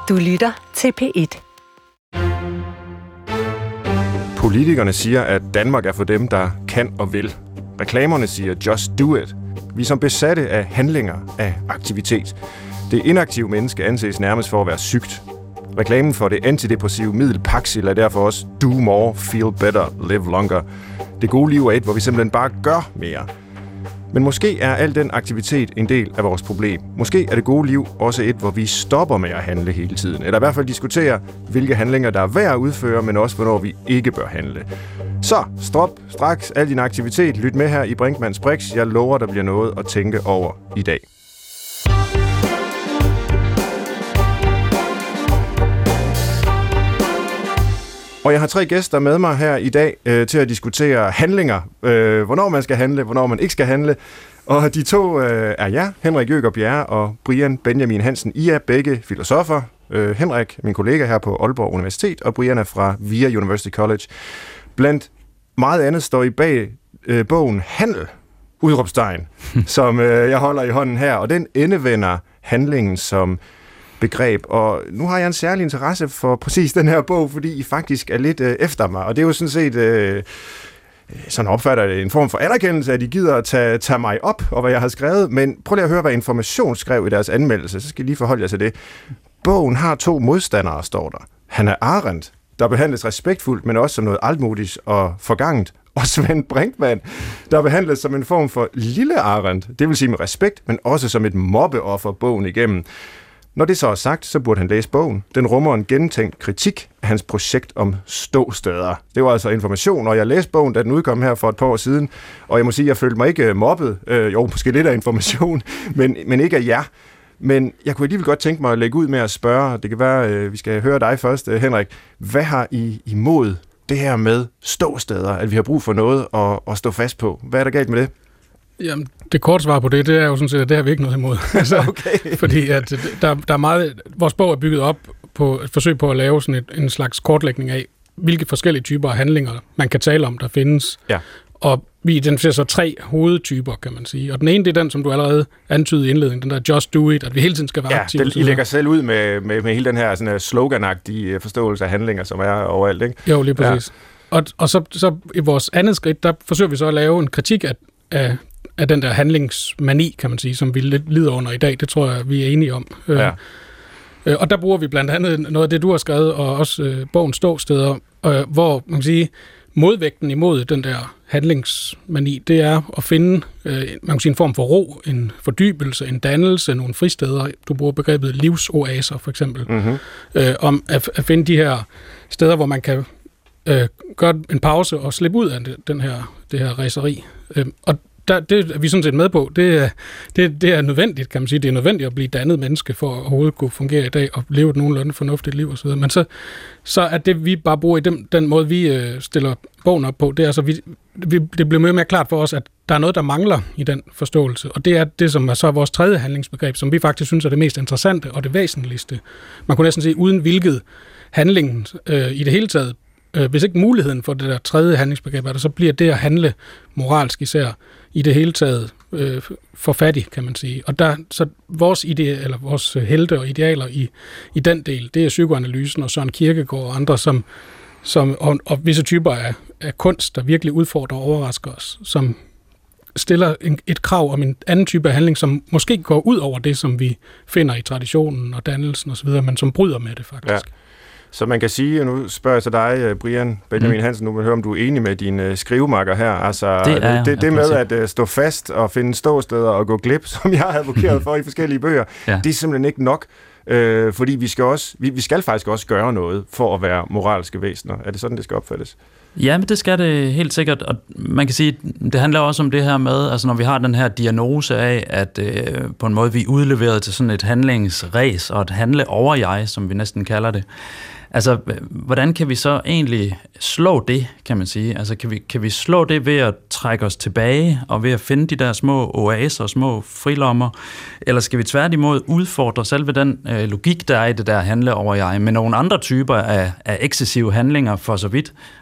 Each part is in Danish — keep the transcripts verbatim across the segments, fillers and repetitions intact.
Du lytter til P et. Politikerne siger, at Danmark er for dem, der kan og vil. Reklamerne siger, just do it. Vi er som besatte af handlinger, af aktivitet. Det inaktive menneske anses nærmest for at være sygt. Reklamen for det antidepressive middel Paxil er derfor også do more, feel better, live longer. Det gode liv er et, hvor vi simpelthen bare gør mere. Men måske er al den aktivitet en del af vores problem. Måske er det gode liv også et, hvor vi stopper med at handle hele tiden. Eller i hvert fald diskutere, hvilke handlinger der er værd at udføre, men også hvornår vi ikke bør handle. Så stop straks al din aktivitet. Lyt med her i Brinkmanns Brix. Jeg lover, der bliver noget at tænke over i dag. Og jeg har tre gæster med mig her i dag øh, til at diskutere handlinger. Øh, hvornår man skal handle, hvornår man ikke skal handle. Og de to øh, er jer, Henrik Jøger Bjerre og Brian Benjamin Hansen. I er begge filosofer. Øh, Henrik, min kollega her på Aalborg Universitet, og Brian er fra V I A University College. Blandt meget andet står I bag øh, bogen Handel, udråbstegn, som øh, jeg holder i hånden her. Og den endevender handlingen som begreb, og nu har jeg en særlig interesse for præcis den her bog, fordi I faktisk er lidt øh, efter mig, og det er jo sådan set, øh, sådan opfatter det, en form for anerkendelse, at I gider at tage, tage mig op, og hvad jeg har skrevet, men prøv lige at høre, hvad Information skrev i deres anmeldelse, så skal I lige forholde jer til det. Bogen har to modstandere, står der. Han er Arendt, der behandles respektfuldt, men også som noget altmodigt og forganget, og Svend Brinkmann, der behandles som en form for lille Arendt, det vil sige med respekt, men også som et mobbeoffer bogen igennem. Når det så er sagt, så burde han læse bogen. Den rummer en gentænkt kritik af hans projekt om ståsteder. Det var altså Information, og jeg læste bogen, da den udkom her for et par år siden, og jeg må sige, at jeg følte mig ikke mobbet. Øh, jo, måske lidt af Information, men, men ikke af jer. Men jeg kunne alligevel godt tænke mig at lægge ud med at spørge, det kan være, øh, vi skal høre dig først, øh, Henrik. Hvad har I imod det her med ståsteder, at vi har brug for noget at, at stå fast på? Hvad er der galt med det? Jamen, det korte svar på det, det er jo sådan set, at det har vi ikke noget imod. Altså, okay. Fordi at der, der er meget, vores bog er bygget op på et forsøg på at lave sådan et, en slags kortlægning af, hvilke forskellige typer af handlinger, man kan tale om, der findes. Ja. Og vi identificerer så tre hovedtyper, kan man sige. Og den ene, det er den, som du allerede antydede i indledningen, den der just do it, at vi hele tiden skal være ja, aktive. Ja, I lægger selv ud med, med, med hele den her sådan sloganagtige forståelse af handlinger, som er overalt, ikke? Jo, lige præcis. Ja. Og, og så, så i vores andet skridt, der forsøger vi så at lave en kritik af, af af den der handlingsmani, kan man sige, som vi lidt lider under i dag. Det tror jeg, vi er enige om. Ja. Øh, og der bruger vi blandt andet noget af det, du har skrevet, og også øh, bogens ståsteder, øh, hvor man kan sige, modvægten imod den der handlingsmani, det er at finde øh, man kan sige, en form for ro, en fordybelse, en dannelse, nogle fristeder. Du bruger begrebet livsoaser, for eksempel. Mm-hmm. Øh, om at, at finde de her steder, hvor man kan øh, gøre en pause og slippe ud af det, den her, det her ræseri. Øh, og Der, det er vi sådan set med på. Det, det, det er nødvendigt, kan man sige. Det er nødvendigt at blive dannet menneske for at overhovedet kunne fungere i dag og leve et nogenlunde fornuftigt liv osv. Men så, så er det, vi bare bruger i den, den måde, vi øh, stiller bogen op på, det er altså, vi, vi, det bliver mere og mere klart for os, at der er noget, der mangler i den forståelse. Og det er det, som er så vores tredje handlingsbegreb, som vi faktisk synes er det mest interessante og det væsentligste. Man kunne næsten sige, uden hvilket handlingen øh, i det hele taget, øh, hvis ikke muligheden for det der tredje handlingsbegreb er der, så bliver det at handle moralsk især i det hele taget øh, for fattig, kan man sige. Og der, så vores idé, eller vores helte og idealer i, i den del, det er psykoanalysen og Søren Kierkegaard og andre, som, som og, og visse typer af, af kunst, der virkelig udfordrer og overrasker os, som stiller en, et krav om en anden type af handling, som måske går ud over det, som vi finder i traditionen og dannelsen osv., men som bryder med det faktisk. Ja. Så man kan sige, og nu spørger jeg så dig, Brian Benjamin Hansen, nu vil jeg høre, om du er enig med din skrivemakker her. Altså, det, er, det, det med at stå fast og finde ståsteder og gå glip, som jeg har advokeret for i forskellige bøger, ja. Det er simpelthen ikke nok, øh, fordi vi skal, også, vi, vi skal faktisk også gøre noget for at være moralske væsener. Er det sådan, det skal opfattes? Ja, men det skal det helt sikkert, og man kan sige, det handler også om det her med, altså når vi har den her diagnose af, at øh, på en måde vi er udleveret til sådan et handlingsræs og et handle over jeg, som vi næsten kalder det. Altså, hvordan kan vi så egentlig slå det, kan man sige? Altså, kan vi, kan vi slå det ved at trække os tilbage, og ved at finde de der små oaser, små frilommer? Eller skal vi tværtimod udfordre selve den øh, logik, der er i det der handle over jeg, med nogle andre typer af, af ekscessive handlinger, for så vidt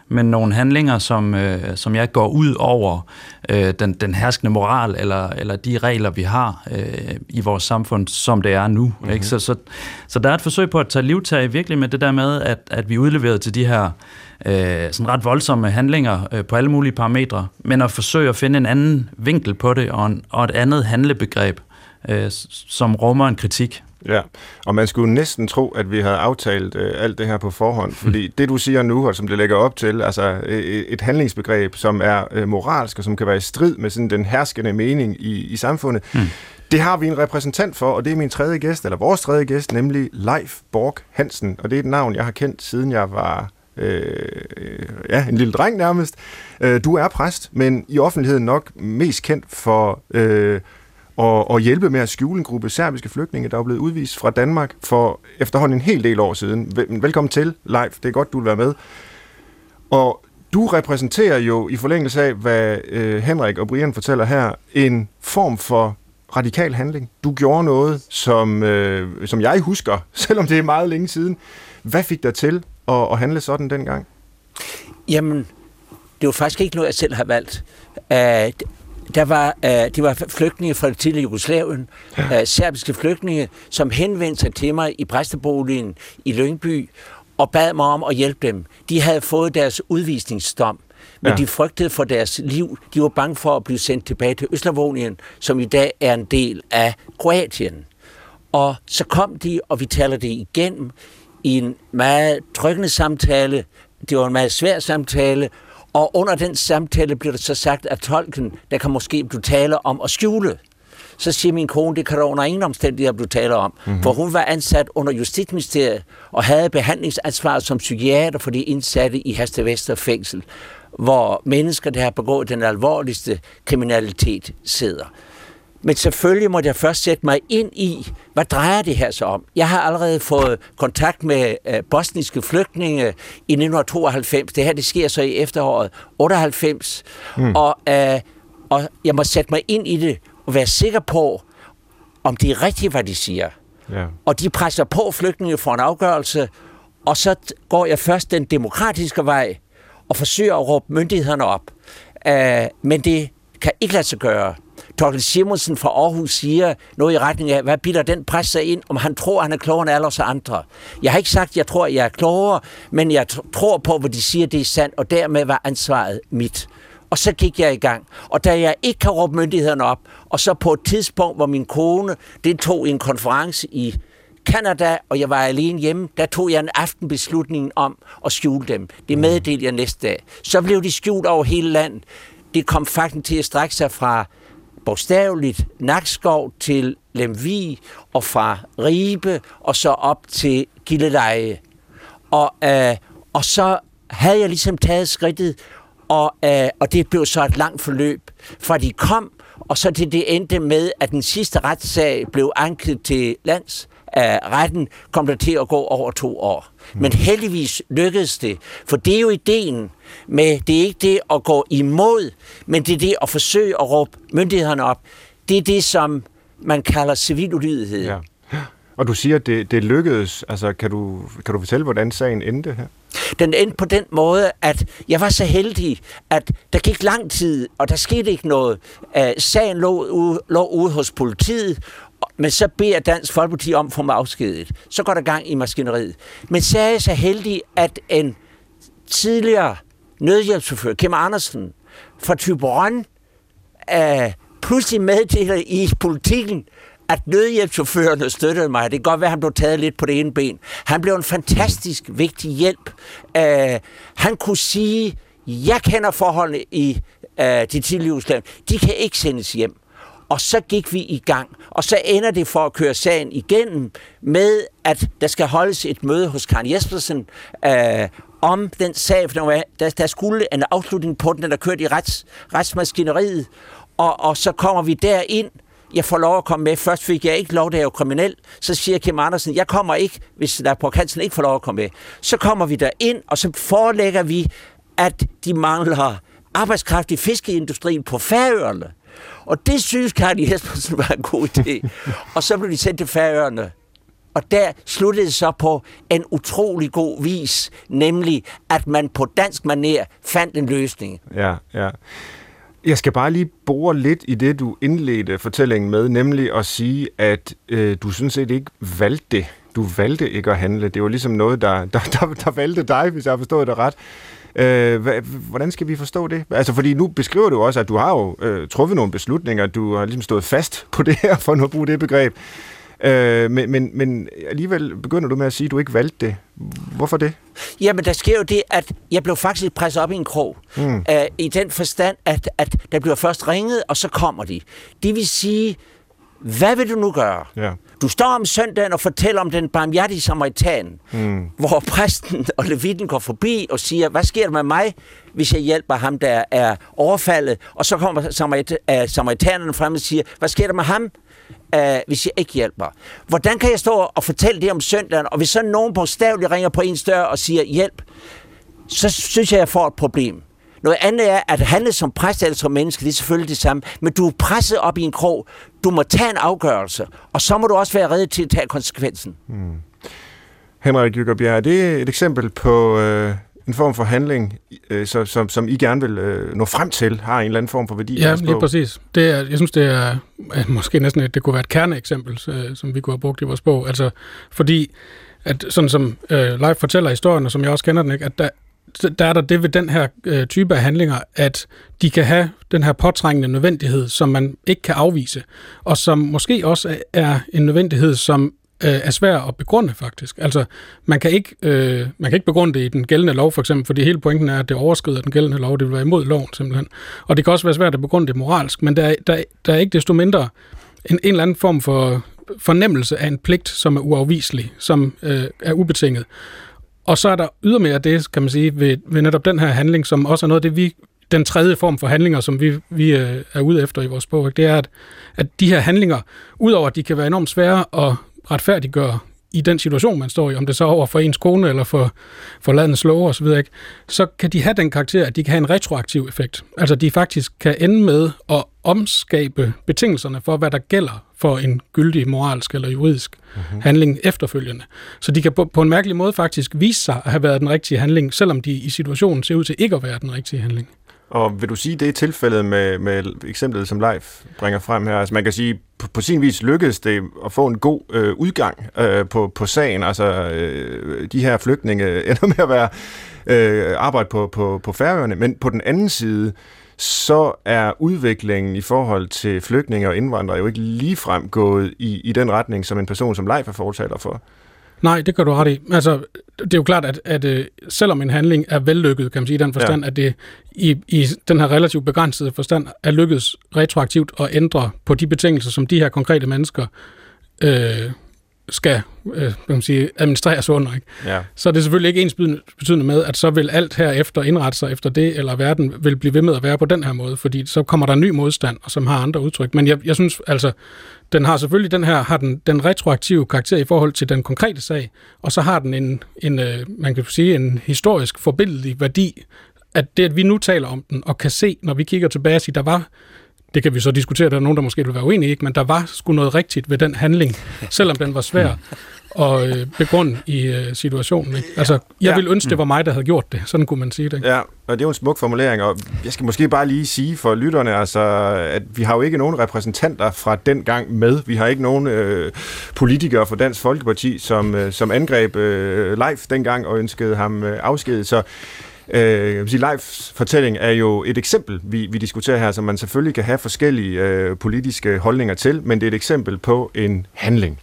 men nogle handlinger, som, øh, som jeg går ud over øh, den, den herskende moral, eller, eller de regler, vi har øh, i vores samfund, som det er nu. Mm-hmm. Ikke? Så, så, så der er et forsøg på at tage livtag virkelig med det der med, at, at vi er udleveret til de her øh, sådan ret voldsomme handlinger øh, på alle mulige parametre, men at forsøge at finde en anden vinkel på det, og, en, og et andet handlebegreb, øh, som rummer en kritik. Ja, og man skulle næsten tro, at vi havde aftalt øh, alt det her på forhånd, fordi det, du siger nu, og som det lægger op til, altså øh, et handlingsbegreb, som er øh, moralsk, og som kan være i strid med sådan den herskende mening i, i samfundet, mm. det har vi en repræsentant for, og det er min tredje gæst, eller vores tredje gæst, nemlig Leif Borch Hansen, og det er et navn, jeg har kendt, siden jeg var øh, ja, en lille dreng nærmest. Øh, du er præst, men i offentligheden nok mest kendt for Øh, Og, og hjælpe med at skjule en gruppe serbiske flygtninge, der er blevet udvist fra Danmark for efterhånden en hel del år siden. Vel, velkommen til, Leif. Det er godt, du vil være med. Og du repræsenterer jo, i forlængelse af, hvad øh, Henrik og Brian fortæller her, en form for radikal handling. Du gjorde noget, som, øh, som jeg husker, selvom det er meget længe siden. Hvad fik dig til at, at handle sådan dengang? Jamen, det var faktisk ikke noget, jeg selv har valgt. Uh, Der var, uh, det var flygtninge fra det tidligere Jugoslavien, ja. uh, serbiske flygtninge, som henvendte sig til mig i præsteboligen i Lyngby og bad mig om at hjælpe dem. De havde fået deres udvisningsdom, men ja. de frygtede for deres liv. De var bange for at blive sendt tilbage til Østlavonien, som i dag er en del af Kroatien. Og så kom de, og vi taler det igennem i en meget trykkende samtale. Det var en meget svær samtale, og under den samtale bliver det så sagt, at tolken, der kan måske blive tale om at skjule. Så siger min kone, det kan der under ingen omstændigheder blive tale om. Mm-hmm. For hun var ansat under Justitsministeriet og havde behandlingsansvar som psykiater for de indsatte i Herstedvester fængsel, hvor mennesker, der har begået den alvorligste kriminalitet, sidder. Men selvfølgelig må jeg først sætte mig ind i, hvad drejer det her så om? Jeg har allerede fået kontakt med øh, bosniske flygtninge i nitten tooghalvfems. Det her, det sker så i efteråret otteoghalvfems. Mm. Og, øh, og jeg må sætte mig ind i det og være sikker på, om det er rigtigt, hvad de siger. Yeah. Og de presser på flygtninge for en afgørelse, og så går jeg først den demokratiske vej og forsøger at råbe myndighederne op. Øh, men det kan ikke lade sig gøre. Torkel Simonsen fra Aarhus siger noget i retning af, hvad bilder den præst sig ind, om han tror, han er klogere end alle os andre. Jeg har ikke sagt, at jeg tror, at jeg er klogere, men jeg tror på, hvad de siger, det er sandt, og dermed var ansvaret mit. Og så gik jeg i gang. Og da jeg ikke kan råbe myndighederne op, og så på et tidspunkt, hvor min kone deltog i en konference i Canada, og jeg var alene hjemme, der tog jeg en aftenbeslutning om at skjule dem. Det meddelte jeg næste dag. Så blev de skjult over hele landet. Det kom faktisk til at strække sig fra bogstaveligt Nakskov til Lemvig, og fra Ribe, og så op til Gilleleje. Og, øh, og så havde jeg ligesom taget skridtet, og, øh, og det blev så et langt forløb, fra de kom, og så til det endte med, at den sidste retssag blev anket til lands. Uh, retten kom der til at gå over to år. Mm. Men heldigvis lykkedes det, for det er jo ideen med, det er ikke det at gå imod, men det er det at forsøge at råbe myndighederne op. Det er det, som man kalder civil ulydighed. Ja. Og du siger, at det, det lykkedes. Altså, kan du, kan du fortælle, hvordan sagen endte her? Den endte på den måde, at jeg var så heldig, at der gik lang tid, og der skete ikke noget. Uh, sagen lå ude, lå ude hos politiet, men så beder Dansk Folkeparti om for mig afskedet. Så går der gang i maskineriet. Men så er jeg så heldig, at en tidligere nødhjælpschauffør, Kim Andersen, fra Thyborøn, er pludselig meddeler i politikken, at nødhjælpschaufførerne støttede mig. Det kan godt være, at han blev taget lidt på det ene ben. Han blev en fantastisk vigtig hjælp. Uh, han kunne sige, jeg kender forholdene i uh, de tidlige Jugoslavien. De kan ikke sendes hjem. Og så gik vi i gang. Og så ender det for at køre sagen igennem med, at der skal holdes et møde hos Karen Jespersen øh, om den sag. For der, der skulle en afslutning på den, der kørte i rets, retsmaskineriet. Og, og så kommer vi derind. Jeg får lov at komme med. Først fik jeg ikke lov, da jeg var kriminel. Så siger Kim Andersen, jeg kommer ikke, hvis der på Hansen ikke får lov at komme med. Så kommer vi derind, og så forelægger vi, at de mangler arbejdskraft i fiskeindustrien på Færøerne. Og det synes Karen Jespersen var en god idé. Og så blev de sendt til Færøerne. Og der sluttede det så på en utrolig god vis, nemlig at man på dansk manér fandt en løsning. Ja, ja. Jeg skal bare lige bore lidt i det, du indledte fortællingen med, nemlig at sige, at øh, du sådan set ikke valgte det. Du valgte ikke at handle. Det var ligesom noget, der, der, der, der valgte dig, hvis jeg har forstået det ret. Øh, hvordan skal vi forstå det? Altså, fordi nu beskriver du også, at du har jo øh, truffet nogle beslutninger, du har ligesom stået fast på det her, for nu at bruge det begreb. Øh, men, men, men alligevel begynder du med at sige, at du ikke valgte det. Hvorfor det? Jamen, der sker jo det, at jeg blev faktisk presset op i en krog. Mm. Uh, I den forstand, at, at der bliver først ringet, og så kommer de. Det vil sige, hvad vil du nu gøre? Ja. Du står om søndagen og fortæller om den barmhjertige samaritan, mm. hvor præsten og levitten går forbi og siger, hvad sker der med mig, hvis jeg hjælper ham, der er overfaldet? Og så kommer samarit- uh, samaritanerne frem og siger, hvad sker der med ham, uh, hvis jeg ikke hjælper? Hvordan kan jeg stå og fortælle det om søndagen, og hvis så nogen bogstaveligt ringer på en dør og siger hjælp, så synes jeg, jeg får et problem. Noget andet er, at handle som præst eller som menneske, det er selvfølgelig det samme, men du er presset op i en krog. Du må tage en afgørelse, og så må du også være rede til at tage konsekvensen. Hmm. Henrik Jøger-Bjerre, er det et eksempel på øh, en form for handling, øh, så, som, som I gerne vil øh, nå frem til, har en eller anden form for værdi? Ja, lige præcis. Det er, jeg synes, det er måske næsten, det kunne være et kerneeksempel, øh, som vi kunne have brugt i vores bog. Altså, fordi, at sådan som øh, Leif fortæller historien, og som jeg også kender den, ikke, at der der er der det ved den her øh, type af handlinger, at de kan have den her påtrængende nødvendighed, som man ikke kan afvise, og som måske også er en nødvendighed, som øh, er svær at begrunde faktisk. Altså, man kan, ikke, øh, man kan ikke begrunde det i den gældende lov, for eksempel, fordi hele pointen er, at det overskrider den gældende lov, det vil være imod loven simpelthen. Og det kan også være svært at begrunde det moralsk, men der, der, der er ikke desto mindre en, en eller anden form for fornemmelse af en pligt, som er uafviselig, som øh, er ubetinget. Og så er der ydermere det, kan man sige, ved, ved netop den her handling, som også er noget af det, vi, den tredje form for handlinger, som vi, vi øh, er ude efter i vores bog, ikke? Det er, at, at de her handlinger, udover at de kan være enormt svære at retfærdiggøre i den situation, man står i, om det så er over for ens kone eller for, for landets love osv., ikke? Så kan de have den karakter, at de kan have en retroaktiv effekt. Altså de faktisk kan ende med at omskabe betingelserne for, hvad der gælder for en gyldig moralsk eller juridisk mm-hmm. handling efterfølgende. Så de kan på, på en mærkelig måde faktisk vise sig at have været den rigtige handling, selvom de i situationen ser ud til ikke at være den rigtige handling. Og vil du sige, det er tilfældet med, med eksemplet, som Leif bringer frem her? Altså man kan sige, på, på sin vis lykkedes det at få en god øh, udgang øh, på, på sagen. Altså øh, de her flygtninge ender med at være øh, arbejde på, på, på Færøerne. Men på den anden side, så er udviklingen i forhold til flygtninge og indvandrere jo ikke ligefrem gået i, i den retning, som en person som Leif er fortaler for. Nej, det kan du ret i. Altså, det er jo klart, at, at, at selvom en handling er vellykket, kan man sige i den forstand, ja. At det i, i den her relativt begrænsede forstand er lykkedes retroaktivt at ændre på de betingelser, som de her konkrete mennesker øh, skal øh, kan man sige, administreres under. Ikke? Ja. Så er det selvfølgelig ikke ens betydende med, at så vil alt herefter indrette sig efter det, eller verden vil blive ved med at være på den her måde, fordi så kommer der en ny modstand, som har andre udtryk. Men jeg, jeg synes altså, den har selvfølgelig den her, har den, den retroaktive karakter i forhold til den konkrete sag, og så har den en, en øh, man kan sige, en historisk forbilledlig værdi, at det, at vi nu taler om den, og kan se, når vi kigger tilbage og siger, der var, det kan vi så diskutere, der er nogen, der måske vil være uenige, ikke? Men der var sgu noget rigtigt ved den handling, selvom den var svær at øh, begrunde i øh, situationen. Ikke? Altså, jeg ja. ville ønske, det var mig, der havde gjort det. Sådan kunne man sige det. Ikke? Ja, og det er jo en smuk formulering, og jeg skal måske bare lige sige for lytterne, altså, at vi har jo ikke nogen repræsentanter fra den gang med. Vi har ikke nogen øh, politikere fra Dansk Folkeparti, som, øh, som angreb øh, Leif dengang og ønskede ham øh, afskedet. Så Øh, jeg vil sige, Leifs fortælling er jo et eksempel, vi, vi diskuterer her, som man selvfølgelig kan have forskellige øh, politiske holdninger til, men det er et eksempel på en handling.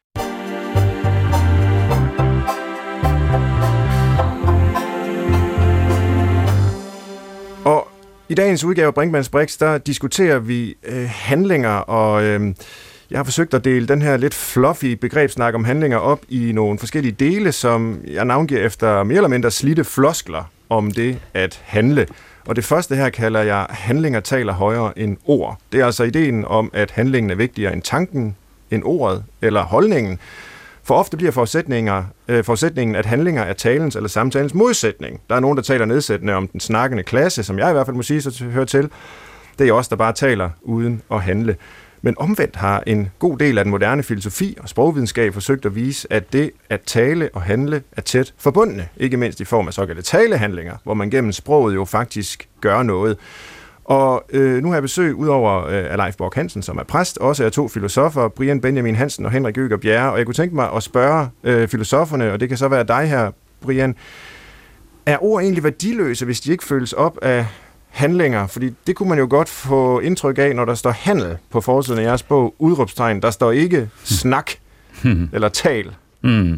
Og i dagens udgave af Brinkmanns Brix, der diskuterer vi øh, handlinger, og øh, jeg har forsøgt at dele den her lidt fluffy begrebssnak om handlinger op i nogle forskellige dele, som jeg navngiver efter mere eller mindre slidte floskler om det at handle. Og det første her kalder jeg, handlinger taler højere end ord. Det er altså ideen om, at handlingen er vigtigere end tanken, end ordet eller holdningen. For ofte bliver forudsætninger, øh, forudsætningen, at handlinger er talens eller samtalens modsætning. Der er nogen, der taler nedsættende om den snakkende klasse, som jeg i hvert fald må sige, så hører til. Det er også der bare taler uden at handle. Men omvendt har en god del af den moderne filosofi og sprogvidenskab forsøgt at vise, at det at tale og handle er tæt forbundne, ikke mindst i form af såkaldte talehandlinger, hvor man gennem sproget jo faktisk gør noget. Og øh, nu har jeg besøg udover øh, af Leif Borch Hansen, som er præst, også af to filosofer, Brian Benjamin Hansen og Henrik Øger Bjerre, og jeg kunne tænke mig at spørge øh, filosoferne, og det kan så være dig her, Brian, er ord egentlig værdiløse, hvis de ikke følges op af handlinger? Fordi det kunne man jo godt få indtryk af, når der står handel på forsiden af jeres bog, udråbstegn. Der står ikke snak eller tal. Mm.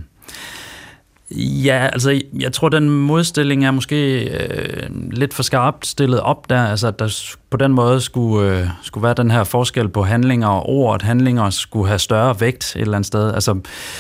Ja, altså jeg tror, den modstilling er måske øh, lidt for skarpt stillet op der, altså at der på den måde skulle, øh, skulle være den her forskel på handlinger og ord, at handlinger skulle have større vægt et eller andet sted. Altså,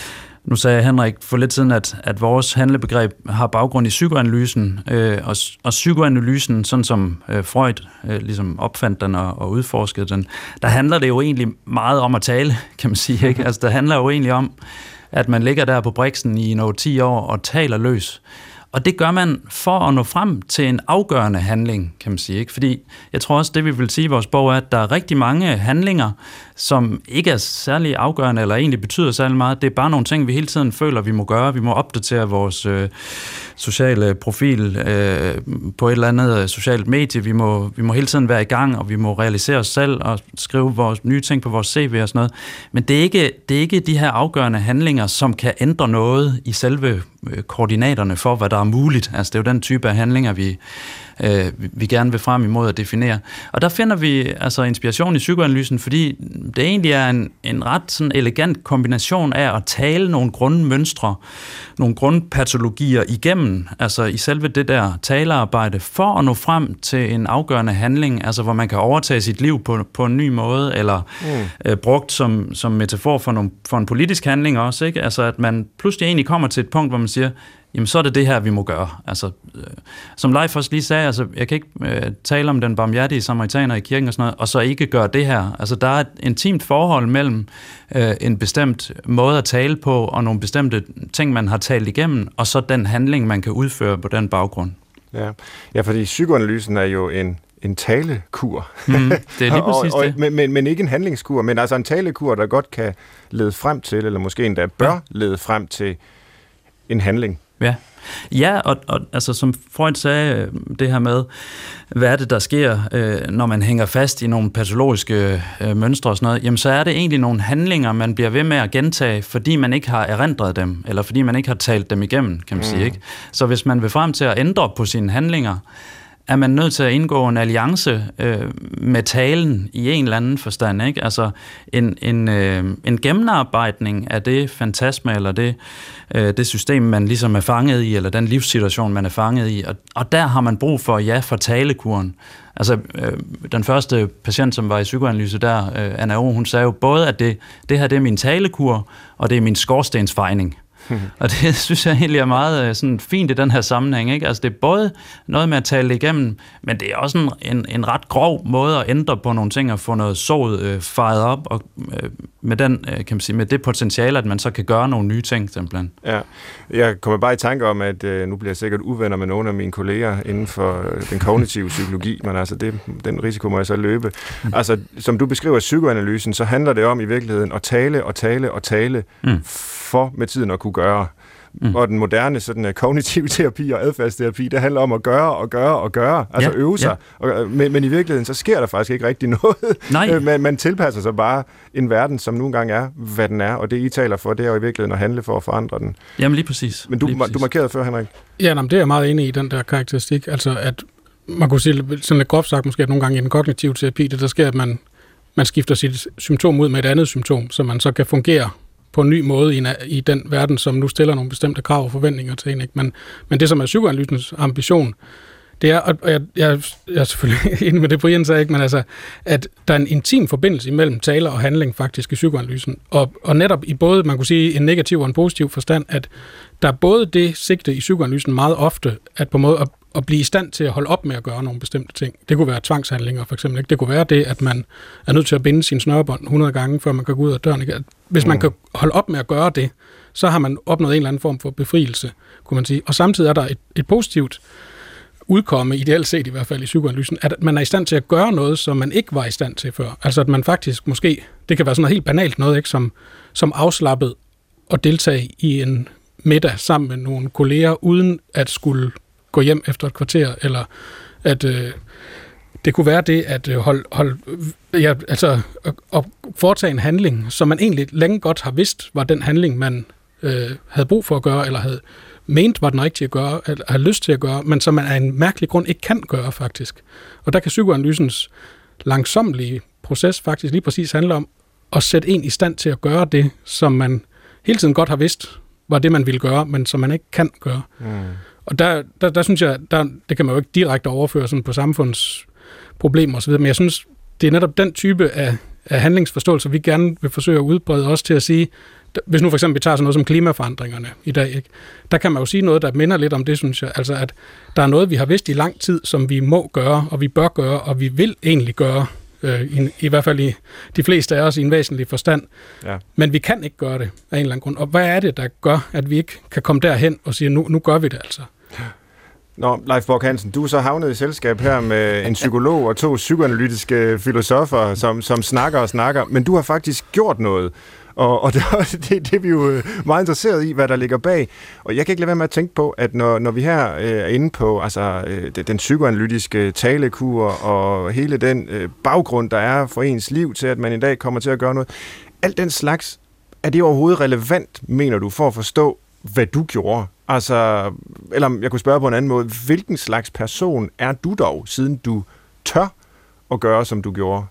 nu sagde Henrik for lidt siden, at, at vores handlebegreb har baggrund i psykoanalysen, øh, og, og psykoanalysen, sådan som øh, Freud øh, ligesom opfandt den og, og udforskede den, der handler det jo egentlig meget om at tale, kan man sige, ikke? Altså, der handler jo egentlig om, at man ligger der på briksen i nogle ti år og taler løs. Og det gør man for at nå frem til en afgørende handling, kan man sige, ikke? Fordi jeg tror også, det vi vil sige i vores bog er, at der er rigtig mange handlinger, som ikke er særlig afgørende, eller egentlig betyder særlig meget. Det er bare nogle ting, vi hele tiden føler, vi må gøre. Vi må opdatere vores øh, sociale profil øh, på et eller andet socialt medie. Vi må, vi må hele tiden være i gang, og vi må realisere os selv og skrive vores nye ting på vores C V og sådan noget. Men det er ikke, det er ikke de her afgørende handlinger, som kan ændre noget i selve øh, koordinaterne for, hvad der er muligt. Altså det er jo den type af handlinger, vi øh, vi gerne vil frem imod at definere. Og der finder vi altså inspiration i psykoanalysen, fordi det egentlig er en, en ret sådan elegant kombination af at tale nogle grundmønstre, nogle grundpatologier igennem, altså i selve det der talearbejde, for at nå frem til en afgørende handling, altså hvor man kan overtage sit liv på, på en ny måde, eller mm. øh, brugt som, som metafor for, nogle, for en politisk handling også, ikke? Altså at man pludselig egentlig kommer til et punkt, hvor man siger, jamen så er det det her, vi må gøre. Altså, øh, som Leif også lige sagde, altså, jeg kan ikke øh, tale om den barmhjertige samaritaner i kirken og sådan noget, og så ikke gøre det her. Altså, der er et intimt forhold mellem øh, en bestemt måde at tale på, og nogle bestemte ting, man har talt igennem, og så den handling, man kan udføre på den baggrund. Ja, ja, fordi psykoanalysen er jo en en talekur. Mm, det er lige præcis og, og, det. Men, men, men ikke en handlingskur, men altså en talekur, der godt kan lede frem til, eller måske endda bør ja. lede frem til en handling. Ja, ja og, og altså, som Freud sagde, det her med, hvad er det, der sker, øh, når man hænger fast i nogle patologiske øh, mønstre og sådan noget, jamen så er det egentlig nogle handlinger, man bliver ved med at gentage, fordi man ikke har erindret dem, eller fordi man ikke har talt dem igennem, kan man mm. sige, ikke? Så hvis man vil frem til at ændre på sine handlinger, er man nødt til at indgå en alliance øh, med talen i en eller anden forstand, ikke? Altså en, en, øh, en gennemarbejdning af det fantasme, eller det, øh, det system, man ligesom er fanget i, eller den livssituation, man er fanget i, og, og der har man brug for, ja, for talekuren. Altså, øh, den første patient, som var i psykoanalyse der, øh, Anna O, hun sagde jo både, at det, det her det er min talekur, og det er min skorstensfejning. Og det synes jeg egentlig er meget sådan, fint i den her sammenhæng, ikke? Altså det er både noget med at tale det igennem, men det er også en, en, en ret grov måde at ændre på nogle ting og få noget sået øh, fejet op, og øh, med, den, øh, kan man sige, med det potentiale, at man så kan gøre nogle nye ting, simpelthen. Ja, jeg kommer bare i tanke om, at øh, nu bliver jeg sikkert uvenner med nogle af mine kolleger inden for øh, den kognitive psykologi, men altså det, den risiko må jeg så løbe. Mm. Altså, som du beskriver psykoanalysen, så handler det om i virkeligheden at tale og tale og tale mm. for med tiden at kunne gøre. Mm. Og den moderne sådan, kognitive terapi og adfærdsterapi, det handler om at gøre og gøre og gøre, altså ja, øve sig. Ja. Og, men, men i virkeligheden, så sker der faktisk ikke rigtig noget. Nej. man, man tilpasser sig bare en verden, som nogle gange er, hvad den er, og det I taler for, det er jo i virkeligheden at handle for at forandre den. Jamen lige præcis. Men du, lige præcis. du markerede før, Henrik. Ja, jamen, det er jeg meget enig i, den der karakteristik. Altså, at man kunne sige sådan lidt groft sagt, måske at nogle gange i den kognitive terapi, det der sker, at man, man skifter sit symptom ud med et andet symptom, så man så kan fungere på en ny måde i, en, i den verden, som nu stiller nogle bestemte krav og forventninger til en. Ikke? Men, men det, som er psykoanalysens ambition, det er, og jeg, jeg, jeg er selvfølgelig enig med det, Brian sagde, ikke? Men altså, at der er en intim forbindelse imellem tale og handling faktisk i psykoanalysen. Og, og netop i både, man kunne sige, en negativ og en positiv forstand, at der er både det sigte i psykoanalysen meget ofte, at på en måde at, at blive i stand til at holde op med at gøre nogle bestemte ting. Det kunne være tvangshandlinger for eksempel. Ikke? Det kunne være det, at man er nødt til at binde sin snørebånd hundrede gange, før man kan gå ud af døren. Ikke? Hvis man mm. kan holde op med at gøre det, så har man opnået en eller anden form for befrielse, kunne man sige. Og samtidig er der et, et positivt udkomme, ideelt set i hvert fald i psykoanalysen, at man er i stand til at gøre noget, som man ikke var i stand til før. Altså at man faktisk måske, det kan være sådan noget helt banalt noget, ikke, som, som afslappet at deltage i en middag sammen med nogle kolleger, uden at skulle gå hjem efter et kvarter, eller at øh, det kunne være det, at øh, hold, hold, ja, altså, at, at foretage en handling, som man egentlig længe godt har vidst, var den handling, man øh, havde brug for at gøre, eller havde ment var den rigtige at gøre, eller havde lyst til at gøre, men som man af en mærkelig grund ikke kan gøre, faktisk. Og der kan psykoanalysens langsommelige proces faktisk lige præcis handle om at sætte en i stand til at gøre det, som man hele tiden godt har vidst, var det, man ville gøre, men som man ikke kan gøre. Mm. Og der, der, der synes jeg, der, det kan man jo ikke direkte overføre sådan på samfundsproblemer osv., men jeg synes, det er netop den type af, af handlingsforståelse, vi gerne vil forsøge at udbrede også til at sige, hvis nu for eksempel vi tager sådan noget som klimaforandringerne i dag, ikke? Der kan man jo sige noget, der minder lidt om det, synes jeg. Altså, at der er noget, vi har vidst i lang tid, som vi må gøre, og vi bør gøre, og vi vil egentlig gøre, øh, i, i hvert fald i de fleste af os i en væsentlig forstand. Ja. Men vi kan ikke gøre det af en eller anden grund. Og hvad er det, der gør, at vi ikke kan komme derhen og sige, nu, nu gør vi det altså? Nå, Leif Bork Hansen, du er så havnet i selskab her med en psykolog og to psykoanalytiske filosofer, som, som snakker og snakker, men du har faktisk gjort noget. Og, og det, det, det er vi jo meget interesseret i, hvad der ligger bag. Og jeg kan ikke lade være med at tænke på, at når, når vi her øh, er inde på altså, øh, den psykoanalytiske talekur og hele den øh, baggrund, der er for ens liv til, at man i dag kommer til at gøre noget, alt den slags, er det overhovedet relevant, mener du, for at forstå, hvad du gjorde? Altså, eller jeg kunne spørge på en anden måde, hvilken slags person er du dog, siden du tør at gøre, som du gjorde?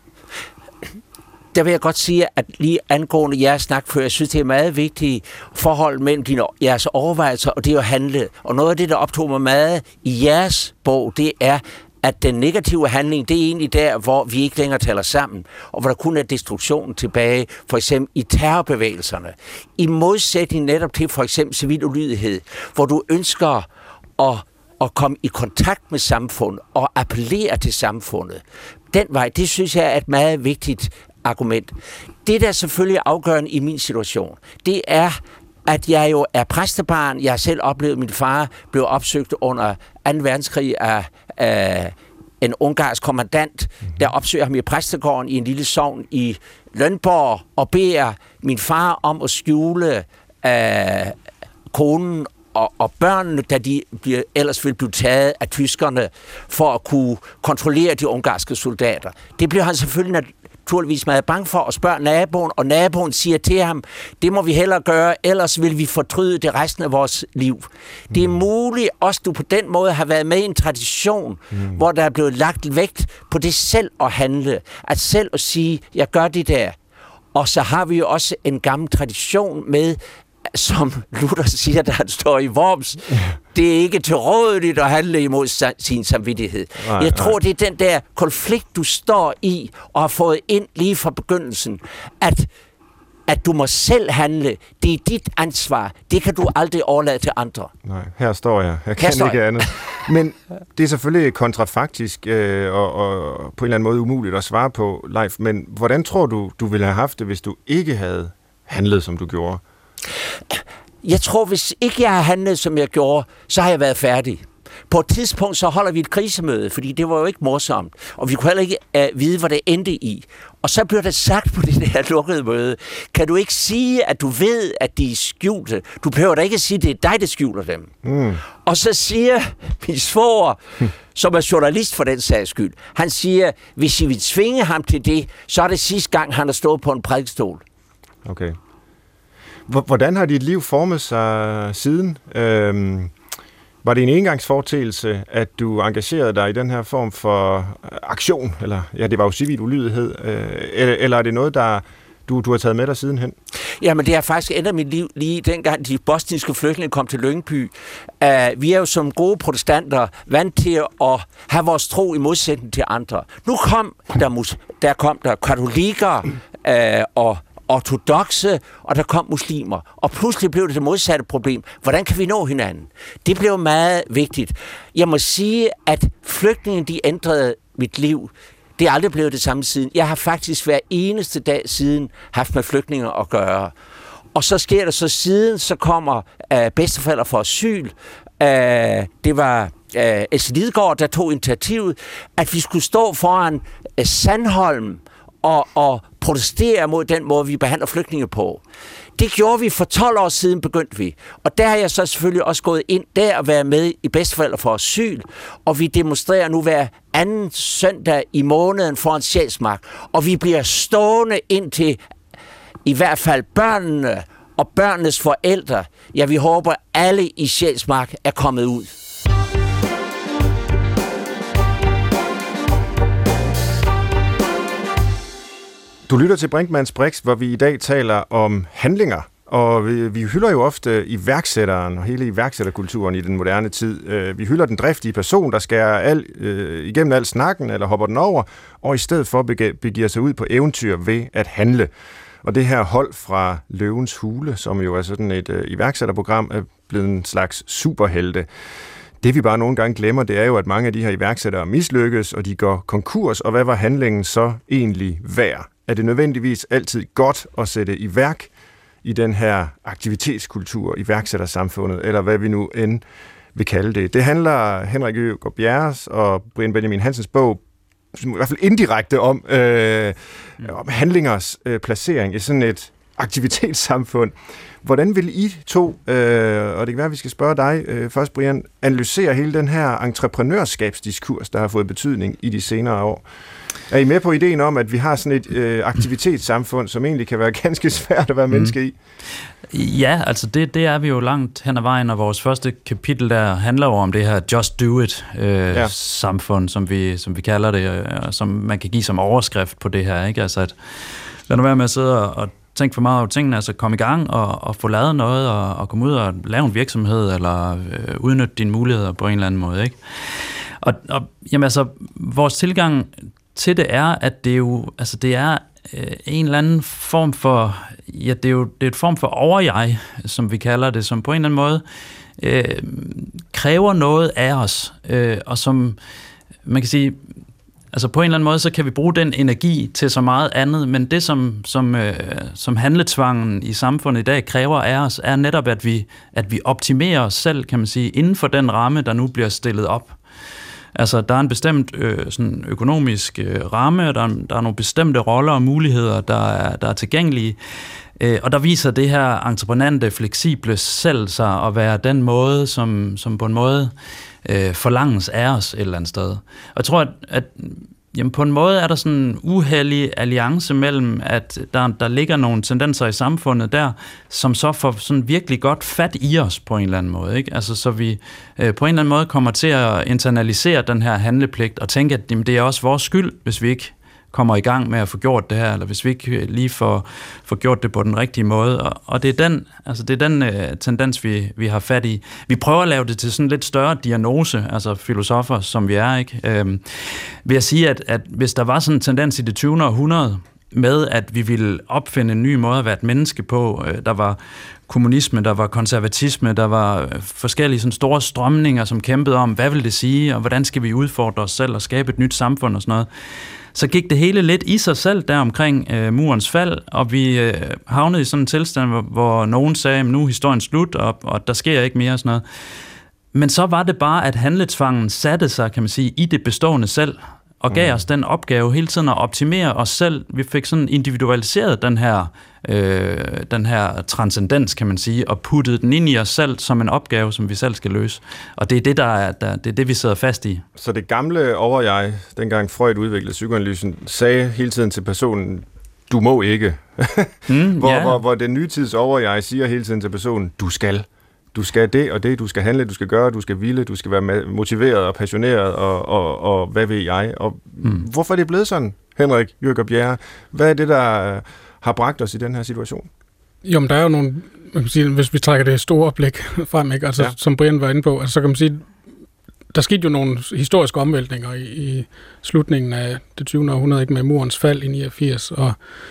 Der vil jeg godt sige, at lige angående jeres snak før, jeg synes, det er meget vigtigt forhold mellem dine, jeres overvejelser og det at handle. Og noget af det, der optog mig meget i jeres bog, det er, at den negative handling, det er egentlig der, hvor vi ikke længere taler sammen, og hvor der kun er destruktion tilbage, for eksempel i terrorbevægelserne. I modsætning netop til for eksempel civil ulydighed, hvor du ønsker at, at komme i kontakt med samfundet og appellere til samfundet. Den vej, det synes jeg er et meget vigtigt argument. Det, der er selvfølgelig afgørende i min situation, det er, at jeg jo er præstebarn. Jeg har selv oplevet, at min far blev opsøgt under anden verdenskrig af, af en ungarsk kommandant, der opsøger ham i præstegården i en lille sogn i Lønborg og beder min far om at skjule af konen og, og børnene, da de bliver, ellers ville blive taget af tyskerne for at kunne kontrollere de ungarske soldater. Det blev han selvfølgelig naturligvis meget bange for at spørge naboen, og naboen siger til ham, det må vi hellere gøre, ellers vil vi fortryde det resten af vores liv. Mm. Det er muligt, også du på den måde har været med i en tradition, mm. hvor der er blevet lagt vægt på det selv at handle, at selv at sige, jeg gør det der. Og så har vi jo også en gammel tradition med, som Luther siger, der han står i Worms, det er ikke tilrådeligt at handle imod sin samvittighed. Nej, jeg tror, nej. Det er den der konflikt, du står i og har fået ind lige fra begyndelsen, at, at du må selv handle. Det er dit ansvar. Det kan du aldrig overlade til andre. Nej, her står jeg. Jeg kan ikke jeg. andet. Men det er selvfølgelig kontrafaktisk øh, og, og på en eller anden måde umuligt at svare på, Leif. Men hvordan tror du, du ville have haft det, hvis du ikke havde handlet, som du gjorde? Jeg tror, hvis ikke jeg har handlet, som jeg gjorde, så har jeg været færdig. På et tidspunkt, så holder vi et krisemøde, fordi det var jo ikke morsomt, og vi kunne heller ikke uh, vide, hvad det endte i. Og så bliver det sagt på det der lukkede møde, kan du ikke sige, at du ved, at de er skjulte? Du behøver da ikke at sige, at det er dig, der skjuler dem. Mm. Og så siger min svoger, som er journalist for den sags skyld, han siger, hvis I vil tvinge ham til det, så er det sidste gang, han har stået på en prædikestol. Okay. Hvordan har dit liv formet sig siden? Øhm, var det en engangsforetagelse, at du engagerede dig i den her form for aktion? Eller, ja, det var jo civil ulydighed. Øh, eller, eller er det noget, der du, du har taget med dig sidenhen? Jamen, det har faktisk ændret mit liv lige dengang de bosniske flygtninge kom til Lyngby. Uh, vi er jo som gode protestanter vant til at have vores tro i modsætning til andre. Nu kom der, mus- der, kom der katolikker uh, og ortodokse, og der kom muslimer. Og pludselig blev det det modsatte problem. Hvordan kan vi nå hinanden? Det blev meget vigtigt. Jeg må sige, at flygtningen, de ændrede mit liv. Det er aldrig blevet det samme siden. Jeg har faktisk hver eneste dag siden haft med flygtninger at gøre. Og så sker der så siden, så kommer uh, bedsteforældre for asyl, øh, det var øh, Else Lidegaard, der tog initiativet, at vi skulle stå foran øh, Sandholm og, og protestere mod den måde, vi behandler flygtninge på. Det gjorde vi for tolv år siden, begyndte vi. Og der har jeg så selvfølgelig også gået ind der og været med i Bedsteforældre for Asyl. Og vi demonstrerer nu hver anden søndag i måneden foran Sjælsmark. Og vi bliver stående indtil i hvert fald børnene og børnenes forældre. Ja, vi håber, alle i Sjælsmark er kommet ud. Du lytter til Brinkmanns Brix, hvor vi i dag taler om handlinger. Og vi, vi hylder jo ofte iværksætteren og hele iværksætterkulturen i den moderne tid. Vi hylder den driftige person, der skærer al, øh, igennem al snakken eller hopper den over, og i stedet for begiver sig ud på eventyr ved at handle. Og det her hold fra Løvens Hule, som jo er sådan et øh, iværksætterprogram, er blevet en slags superhelte. Det vi bare nogle gange glemmer, det er jo, at mange af de her iværksættere mislykkes, og de går konkurs, og hvad var handlingen så egentlig værd? Er det nødvendigvis altid godt at sætte i værk i den her aktivitetskultur, iværksættersamfundet, eller hvad vi nu end vil kalde det? Det handler Henrik Øgaard Bjerres og Brian Benjamin Hansens bog i hvert fald indirekte om, øh, om handlingers øh, placering i sådan et aktivitetssamfund. Hvordan vil I to, øh, og det kan være, at vi skal spørge dig øh, først, Brian, analysere hele den her entreprenørskabsdiskurs, der har fået betydning i de senere år? Er I med på ideen om, at vi har sådan et øh, aktivitetssamfund, som egentlig kan være ganske svært at være menneske i? Ja, altså det, det er vi jo langt hen ad vejen, og vores første kapitel der handler jo om det her Just Do It øh, ja. samfund, som vi, som vi kalder det, øh, som man kan give som overskrift på det her, ikke? Altså at lad nu være med at sidde og, og tænke for meget over tingene, altså komme i gang og, og få lavet noget, og, og komme ud og lave en virksomhed, eller øh, udnytte dine muligheder på en eller anden måde, ikke? Og, og jamen altså, vores tilgang til det er, at det jo, altså det er øh, en eller anden form for, ja, det er jo det er et form for over-jeg, som vi kalder det, som på en eller anden måde øh, kræver noget af os, øh, og som, man kan sige, altså på en eller anden måde, så kan vi bruge den energi til så meget andet, men det, som, som, øh, som handletvangen i samfundet i dag kræver af os, er netop, at vi, at vi optimerer os selv, kan man sige, inden for den ramme, der nu bliver stillet op. Altså, der er en bestemt øh, sådan økonomisk øh, ramme, og der er, der er nogle bestemte roller og muligheder, der er, der er tilgængelige. Øh, og der viser det her entreprenante, fleksible selv sig at være den måde, som, som på en måde øh, forlanges af os et eller andet sted. Og jeg tror, at, at jamen, på en måde er der sådan en uheldig alliance mellem, at der, der ligger nogle tendenser i samfundet der, som så får sådan virkelig godt fat i os på en eller anden måde, ikke? Altså, så vi øh, på en eller anden måde kommer til at internalisere den her handlepligt og tænke, at jamen, det er også vores skyld, hvis vi ikke kommer i gang med at få gjort det her, eller hvis vi ikke lige får, får gjort det på den rigtige måde. Og, og det er den, altså det er den øh, tendens, vi, vi har fat i. Vi prøver at lave det til sådan en lidt større diagnose, altså filosofer, som vi er, ikke? Øhm, vil jeg sige, at, at hvis der var sådan en tendens i det tyvende århundrede, med at vi ville opfinde en ny måde at være et menneske på, øh, der var kommunisme, der var konservatisme, der var forskellige sådan store strømninger, som kæmpede om, hvad vil det sige, og hvordan skal vi udfordre os selv og skabe et nyt samfund og sådan noget. Så gik det hele lidt i sig selv der omkring øh, murens fald, og vi øh, havnede i sådan en tilstand, hvor, hvor nogen sagde, at nu er historien slut, og, og der sker ikke mere og sådan noget. Men så var det bare, at handletvangen satte sig, kan man sige, i det bestående selv, og gav mm. os den opgave hele tiden at optimere os selv. Vi fik sådan individualiseret den her, øh, den her transcendens, kan man sige, og puttet den ind i os selv som en opgave, som vi selv skal løse. Og det er det, der er, der, det, er det vi sidder fast i. Så det gamle over-jeg, dengang Freud udviklede psykoanalysen, sagde hele tiden til personen, du må ikke. Mm, hvor, yeah. hvor, hvor den nye tids over-jeg siger hele tiden til personen, du skal. Du skal det og det, du skal handle, du skal gøre, du skal ville, du skal være motiveret og passioneret, og, og, og hvad ved jeg. Og mm. hvorfor er det blevet sådan, Henrik Øgaard Bjerre? Hvad er det, der har bragt os i den her situation? Jo, men der er jo nogle, man kan sige, hvis vi trækker det store blik frem, ikke? Altså, ja. Som Brian var inde på, altså, så kan man sige, der skete jo nogle historiske omvæltninger i, i slutningen af det tyvende århundrede, ikke, med murens fald i niogfirs, og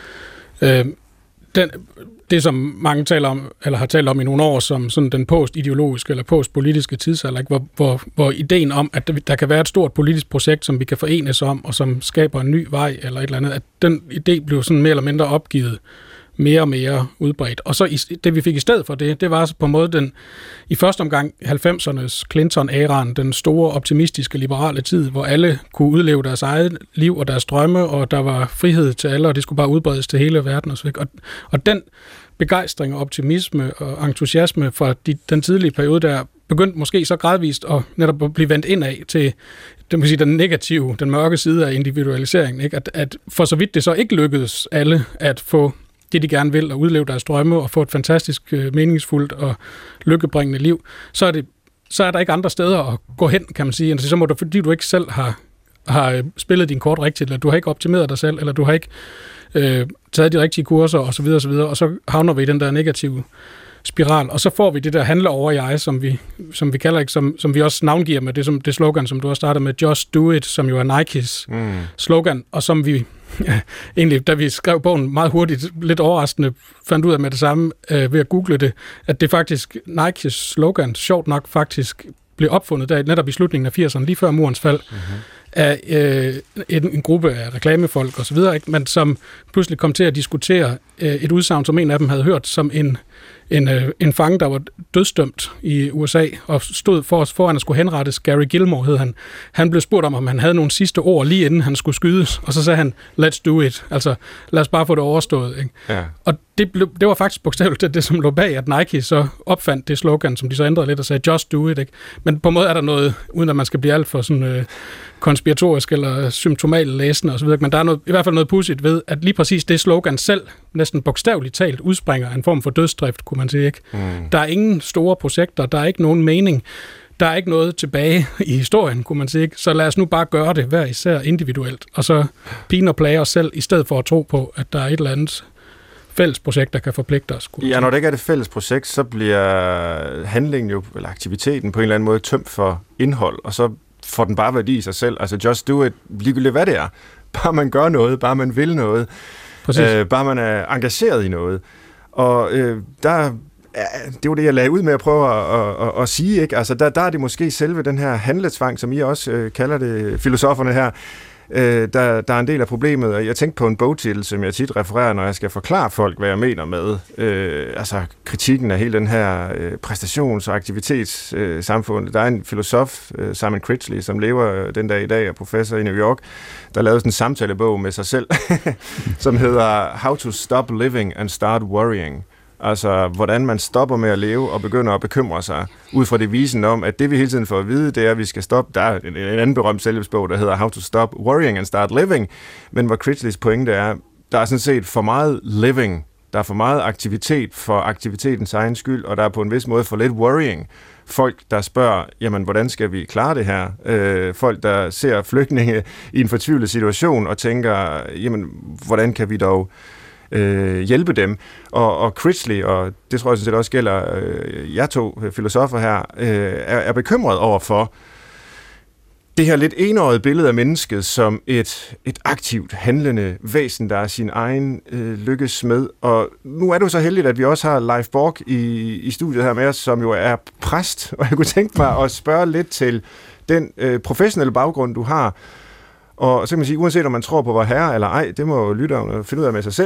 øh, den, det, som mange taler om, eller har talt om i nogle år, som sådan den postideologiske eller postpolitiske tidsalder, ikke? Hvor, hvor, hvor ideen om, at der kan være et stort politisk projekt, som vi kan forenes om, og som skaber en ny vej eller et eller andet, at den idé blev sådan mere eller mindre opgivet mere og mere udbredt. Og så i, det, vi fik i stedet for det, det var på en måde den, i første omgang halvfemsernes Clinton-æraen, den store optimistiske liberale tid, hvor alle kunne udleve deres eget liv og deres drømme, og der var frihed til alle, og det skulle bare udbredes til hele verden og så videre. Og, og den begejstring og optimisme og entusiasme fra de, den tidlige periode, der begyndte måske så gradvist at netop at blive vendt indad til det må sige, den negative, den mørke side af individualiseringen. Ikke? At, at for så vidt det så ikke lykkedes alle at få det, de gerne vil, og udleve deres drømme og få et fantastisk meningsfuldt og lykkebringende liv, så er, det, så er der ikke andre steder at gå hen, kan man sige. Altså, så må du, fordi du ikke selv har, har spillet din kort rigtigt, eller du har ikke optimeret dig selv, eller du har ikke øh, taget de rigtige kurser, og så videre, og så videre, og så havner vi i den der negative spiral, og så får vi det der handle over jeg, som vi, som vi kalder ikke, som, som vi også navngiver med det, som, det slogan, som du har startet med, Just Do It, som jo er Nikes mm. slogan, og som vi ja, egentlig, da vi skrev bogen meget hurtigt, lidt overraskende, fandt ud af med det samme øh, ved at google det, at det faktisk, Nikes slogan, sjovt nok faktisk blev opfundet der netop i slutningen af firserne, lige før murens fald, mm-hmm. af øh, en, en gruppe af reklamefolk og så videre, ikke? Men som pludselig kom til at diskutere øh, et udsagn, som en af dem havde hørt, som en En, øh, en fange, der var dødsdømt i U S A, og stod for, foran at skulle henrettes. Gary Gilmore hed han. Han blev spurgt om, om han havde nogle sidste ord, lige inden han skulle skydes, og så sagde han, let's do it. Altså, lad os bare få det overstået. Ikke? Ja. Og det, blev, det var faktisk bogstaveligt det, det, som lå bag, at Nike så opfandt det slogan, som de så ændrede lidt og sagde, just do it. Ikke? Men på en måde er der noget, uden at man skal blive alt for sådan, øh, konspiratorisk eller symptomal læsende osv., men der er noget, i hvert fald noget pudsigt ved, at lige præcis det slogan selv, næsten bogstaveligt talt, udspringer en form for dødsdrift, kunne man sige. Ikke? Mm. Der er ingen store projekter, der er ikke nogen mening, der er ikke noget tilbage i historien, kunne man sige. Ikke? Så lad os nu bare gøre det hver især individuelt, og så pine og plage os selv, i stedet for at tro på, at der er et eller andet fælles projekt, der kan forpligte os. Ja, når det ikke er det fælles projekt, så bliver handlingen jo, eller aktiviteten på en eller anden måde tømt for indhold, og så får den bare værdi i sig selv. Altså just do it, ligegyldigt hvad det er. Bare man gør noget, bare man vil noget, øh, bare man er engageret i noget. Og øh, der, det var det, jeg lagde ud med at prøve at, at, at, at sige, ikke? Altså der, der er det måske selve den her handletvang, som I også øh, kalder det, filosoferne her, øh, der, der er en del af problemet. Og jeg tænkte på en bogtitel, som jeg tit refererer, når jeg skal forklare folk, hvad jeg mener med øh, altså kritikken af hele den her øh, præstations- og aktivitetssamfund. Øh, der er en filosof, øh, Simon Critchley, som lever den dag i dag, er professor i New York, der lavede sådan en samtalebog med sig selv, som hedder How to Stop Living and Start Worrying. Altså, hvordan man stopper med at leve og begynder at bekymre sig, ud fra devisen om, at det vi hele tiden får at vide, det er, at vi skal stoppe. Der er en, en anden berømt selvhjælpsbog, der hedder How to Stop Worrying and Start Living, men hvor Critchleys pointe er, der er sådan set for meget living, der er for meget aktivitet for aktivitetens egen skyld, og der er på en vis måde for lidt worrying. Folk, der spørger, jamen, hvordan skal vi klare det her? Øh, folk, der ser flygtninge i en fortvivlet situation og tænker, jamen, hvordan kan vi dog Øh, hjælpe dem. Og, og Critchley, og det tror jeg sådan set også gælder øh, jer to filosofer her, øh, er, er bekymret over for det her lidt enøjede billede af mennesket som et, et aktivt, handlende væsen, der er sin egen øh, lykkes med. Og nu er det jo så heldigt, at vi også har Leif Borch i, i studiet her med os, som jo er præst, og jeg kunne tænke mig at spørge lidt til den øh, professionelle baggrund, du har. Og så kan man sige, uanset om man tror på vor herre eller ej, det må lytterne finde ud af med sig selv,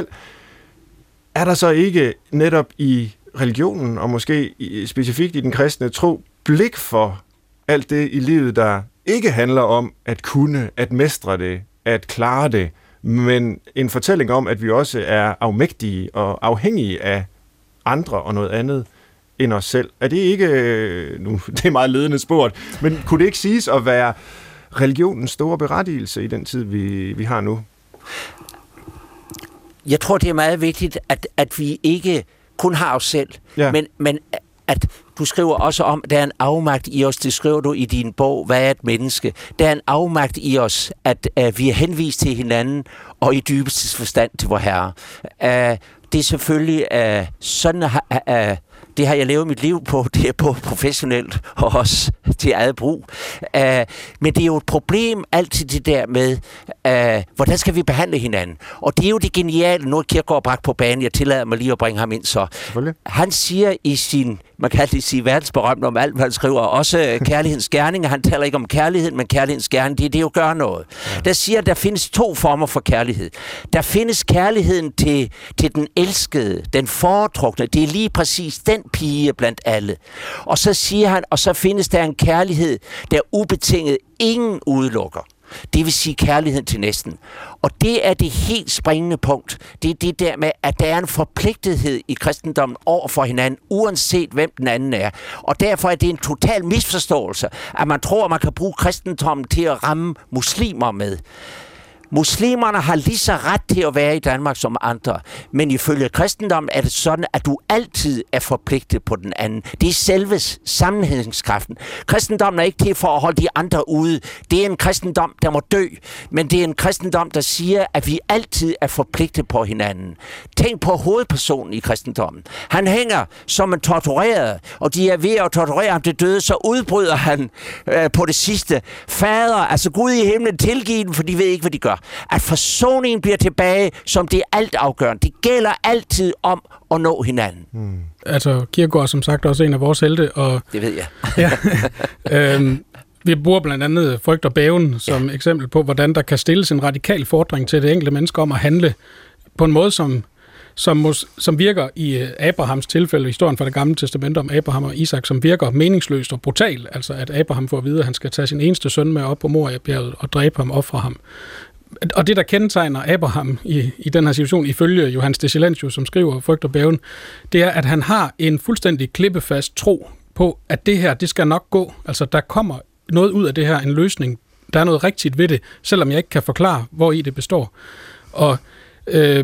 er der så ikke netop i religionen, og måske i, specifikt i den kristne tro, blik for alt det i livet, der ikke handler om at kunne, at mestre det, at klare det, men en fortælling om, at vi også er afmægtige og afhængige af andre og noget andet end os selv. Er det ikke, nu det er meget ledende spurgt, men kunne det ikke siges at være religionens store berettigelse i den tid, vi, vi har nu? Jeg tror, det er meget vigtigt, at, at vi ikke kun har os selv, ja. men, men at du skriver også om, at der er en afmagt i os, det skriver du i din bog, hvad er et menneske? Der er en afmagt i os, at, at vi er henvist til hinanden, og i dybeste forstand til vor Herre. Uh, det er selvfølgelig uh, sådan, at uh, det har jeg levet mit liv på, det er både professionelt og også til eget brug. Uh, men det er jo et problem altid det der med, uh, hvordan skal vi behandle hinanden? Og det er jo det geniale, nu er Kierkegaard bragt på banen, jeg tillader mig lige at bringe ham ind så. Han siger i sin, man kan altid sige verdensberømt om alt, hvad han skriver, også kærlighedens gerning, han taler ikke om kærlighed, men kærlighedens gerning, det er det jo gør noget. Ja. Der siger, at der findes to former for kærlighed. Der findes kærligheden til, til den elskede, den foretrukne, det er lige præcis den pige blandt alle. Og så siger han, og så findes der en kærlighed, der ubetinget ingen udelukker. Det vil sige kærligheden til næsten. Og det er det helt springende punkt. Det er det der med, at der er en forpligtethed i kristendommen over for hinanden, uanset hvem den anden er. Og derfor er det en total misforståelse, at man tror, at man kan bruge kristendommen til at ramme muslimer med. Muslimerne har lige så ret til at være i Danmark som andre, men ifølge kristendommen er det sådan, at du altid er forpligtet på den anden. Det er selve sammenhængskraften. Kristendommen er ikke til for at holde de andre ude. Det er en kristendom, der må dø, men det er en kristendom, der siger, at vi altid er forpligtet på hinanden. Tænk på hovedpersonen i kristendommen. Han hænger som en tortureret, og de er ved at torturere ham til døde, så udbryder han øh, på det sidste: Fader, altså Gud i himlen, tilgiv dem, for de ved ikke, hvad de gør. At forsoningen bliver tilbage som det alt afgørende. Det gælder altid om at nå hinanden. Hmm. Altså, Kierkegaard er som sagt også en af vores helte. Og, det ved jeg. ja, øhm, vi bruger blandt andet Frygt og Bæven som ja. eksempel på, hvordan der kan stilles en radikal fordring til det enkelte menneske om at handle på en måde, som Som, som virker i Abrahams tilfælde, historien fra det gamle testamente om Abraham og Isak, som virker meningsløst og brutal. Altså at Abraham får at vide, at han skal tage sin eneste søn med op på Moria-bjerget og dræbe ham og ofre ham. Og det, der kendetegner Abraham i, i den her situation, ifølge Johannes de Silentius, som skriver Frygt og Bæven, det er, at han har en fuldstændig klippefast tro på, at det her, det skal nok gå. Altså, der kommer noget ud af det her, en løsning. Der er noget rigtigt ved det, selvom jeg ikke kan forklare, hvor i det består. Og øh,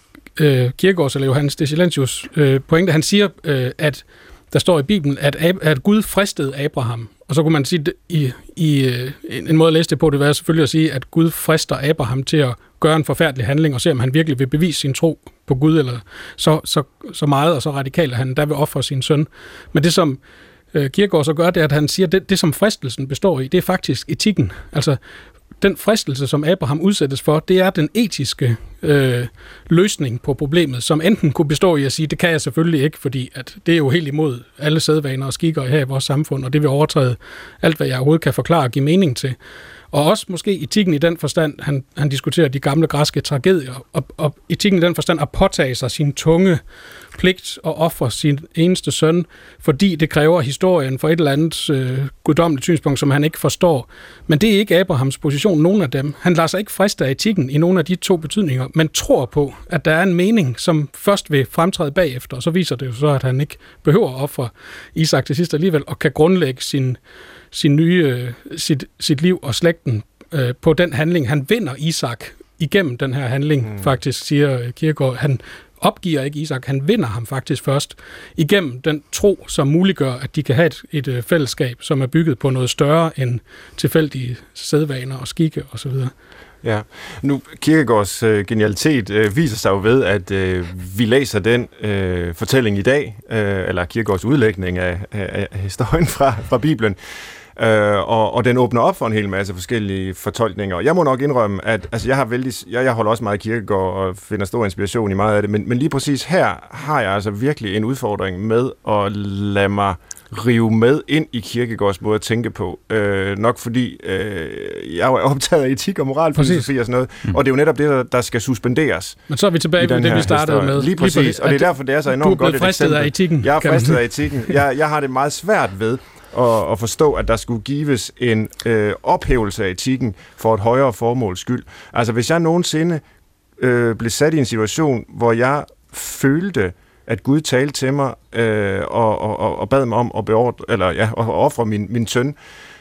øh, Kierkegaard, eller Johannes de Silentius øh, pointe, han siger, øh, at der står i Bibelen, at, at Gud fristede Abraham. Og så kunne man sige, i, i en måde at læse det på, det var selvfølgelig at sige, at Gud frister Abraham til at gøre en forfærdelig handling, og se, om han virkelig vil bevise sin tro på Gud, eller så, så, så meget og så radikalt, at han der vil ofre sin søn. Men det, som øh, Kierkegaard så gør, det er, at han siger, at det, det, som fristelsen består i, det er faktisk etikken. Altså, den fristelse, som Abraham udsættes for, det er den etiske øh, løsning på problemet, som enten kunne bestå i at sige, det kan jeg selvfølgelig ikke, fordi at det er jo helt imod alle sædvaner og skikker her i vores samfund, og det vil overtræde alt, hvad jeg overhovedet kan forklare og give mening til. Og også måske etikken i den forstand, han, han diskuterer de gamle græske tragedier, og, og etikken i den forstand at påtage sig sin tunge pligt og ofre sin eneste søn, fordi det kræver historien for et eller andet øh, guddommeligt synspunkt, som han ikke forstår. Men det er ikke Abrahams position, nogen af dem. Han lader sig ikke friste af etikken i nogle af de to betydninger, men tror på, at der er en mening, som først vil fremtræde bagefter, og så viser det jo så, at han ikke behøver at ofre Isak til sidst alligevel, og kan grundlægge sin sin nye, sit, sit liv og slægten øh, på den handling. Han vinder Isak igennem den her handling, mm. faktisk, siger Kierkegaard. Han opgiver ikke Isak, han vinder ham faktisk først igennem den tro, som muliggør, at de kan have et, et fællesskab, som er bygget på noget større end tilfældige sædvaner og skikke osv. Ja, nu Kierkegaards øh, genialitet øh, viser sig jo ved, at øh, vi læser den øh, fortælling i dag, øh, eller Kierkegaards udlægning af, af, af historien fra, fra Bibelen, øh, og, og den åbner op for en hel masse forskellige fortolkninger. Jeg må nok indrømme, at altså, jeg, har vældig, jeg, jeg holder også meget af Kierkegaard og finder stor inspiration i meget af det, men, men lige præcis her har jeg altså virkelig en udfordring med at lade mig rive med ind i Kierkegaards måde at tænke på. Øh, nok fordi øh, jeg er optaget af etik og moralfilosofi og sådan noget, mm. og det er jo netop det, der, der skal suspenderes. Men så er vi tilbage ved det, vi startede historie. med. Lige præcis, Lige præcis. og det er derfor, det er så enormt godt et eksempel. Du er fristet af etikken. Jeg er fristet af etikken. Jeg, jeg har det meget svært ved at, at forstå, at der skulle gives en øh, ophævelse af etikken for et højere formåls skyld. Altså, hvis jeg nogensinde øh, blev sat i en situation, hvor jeg følte, at Gud talte til mig øh, og, og, og bad mig om at beordre, eller ja, at ofre min, min søn,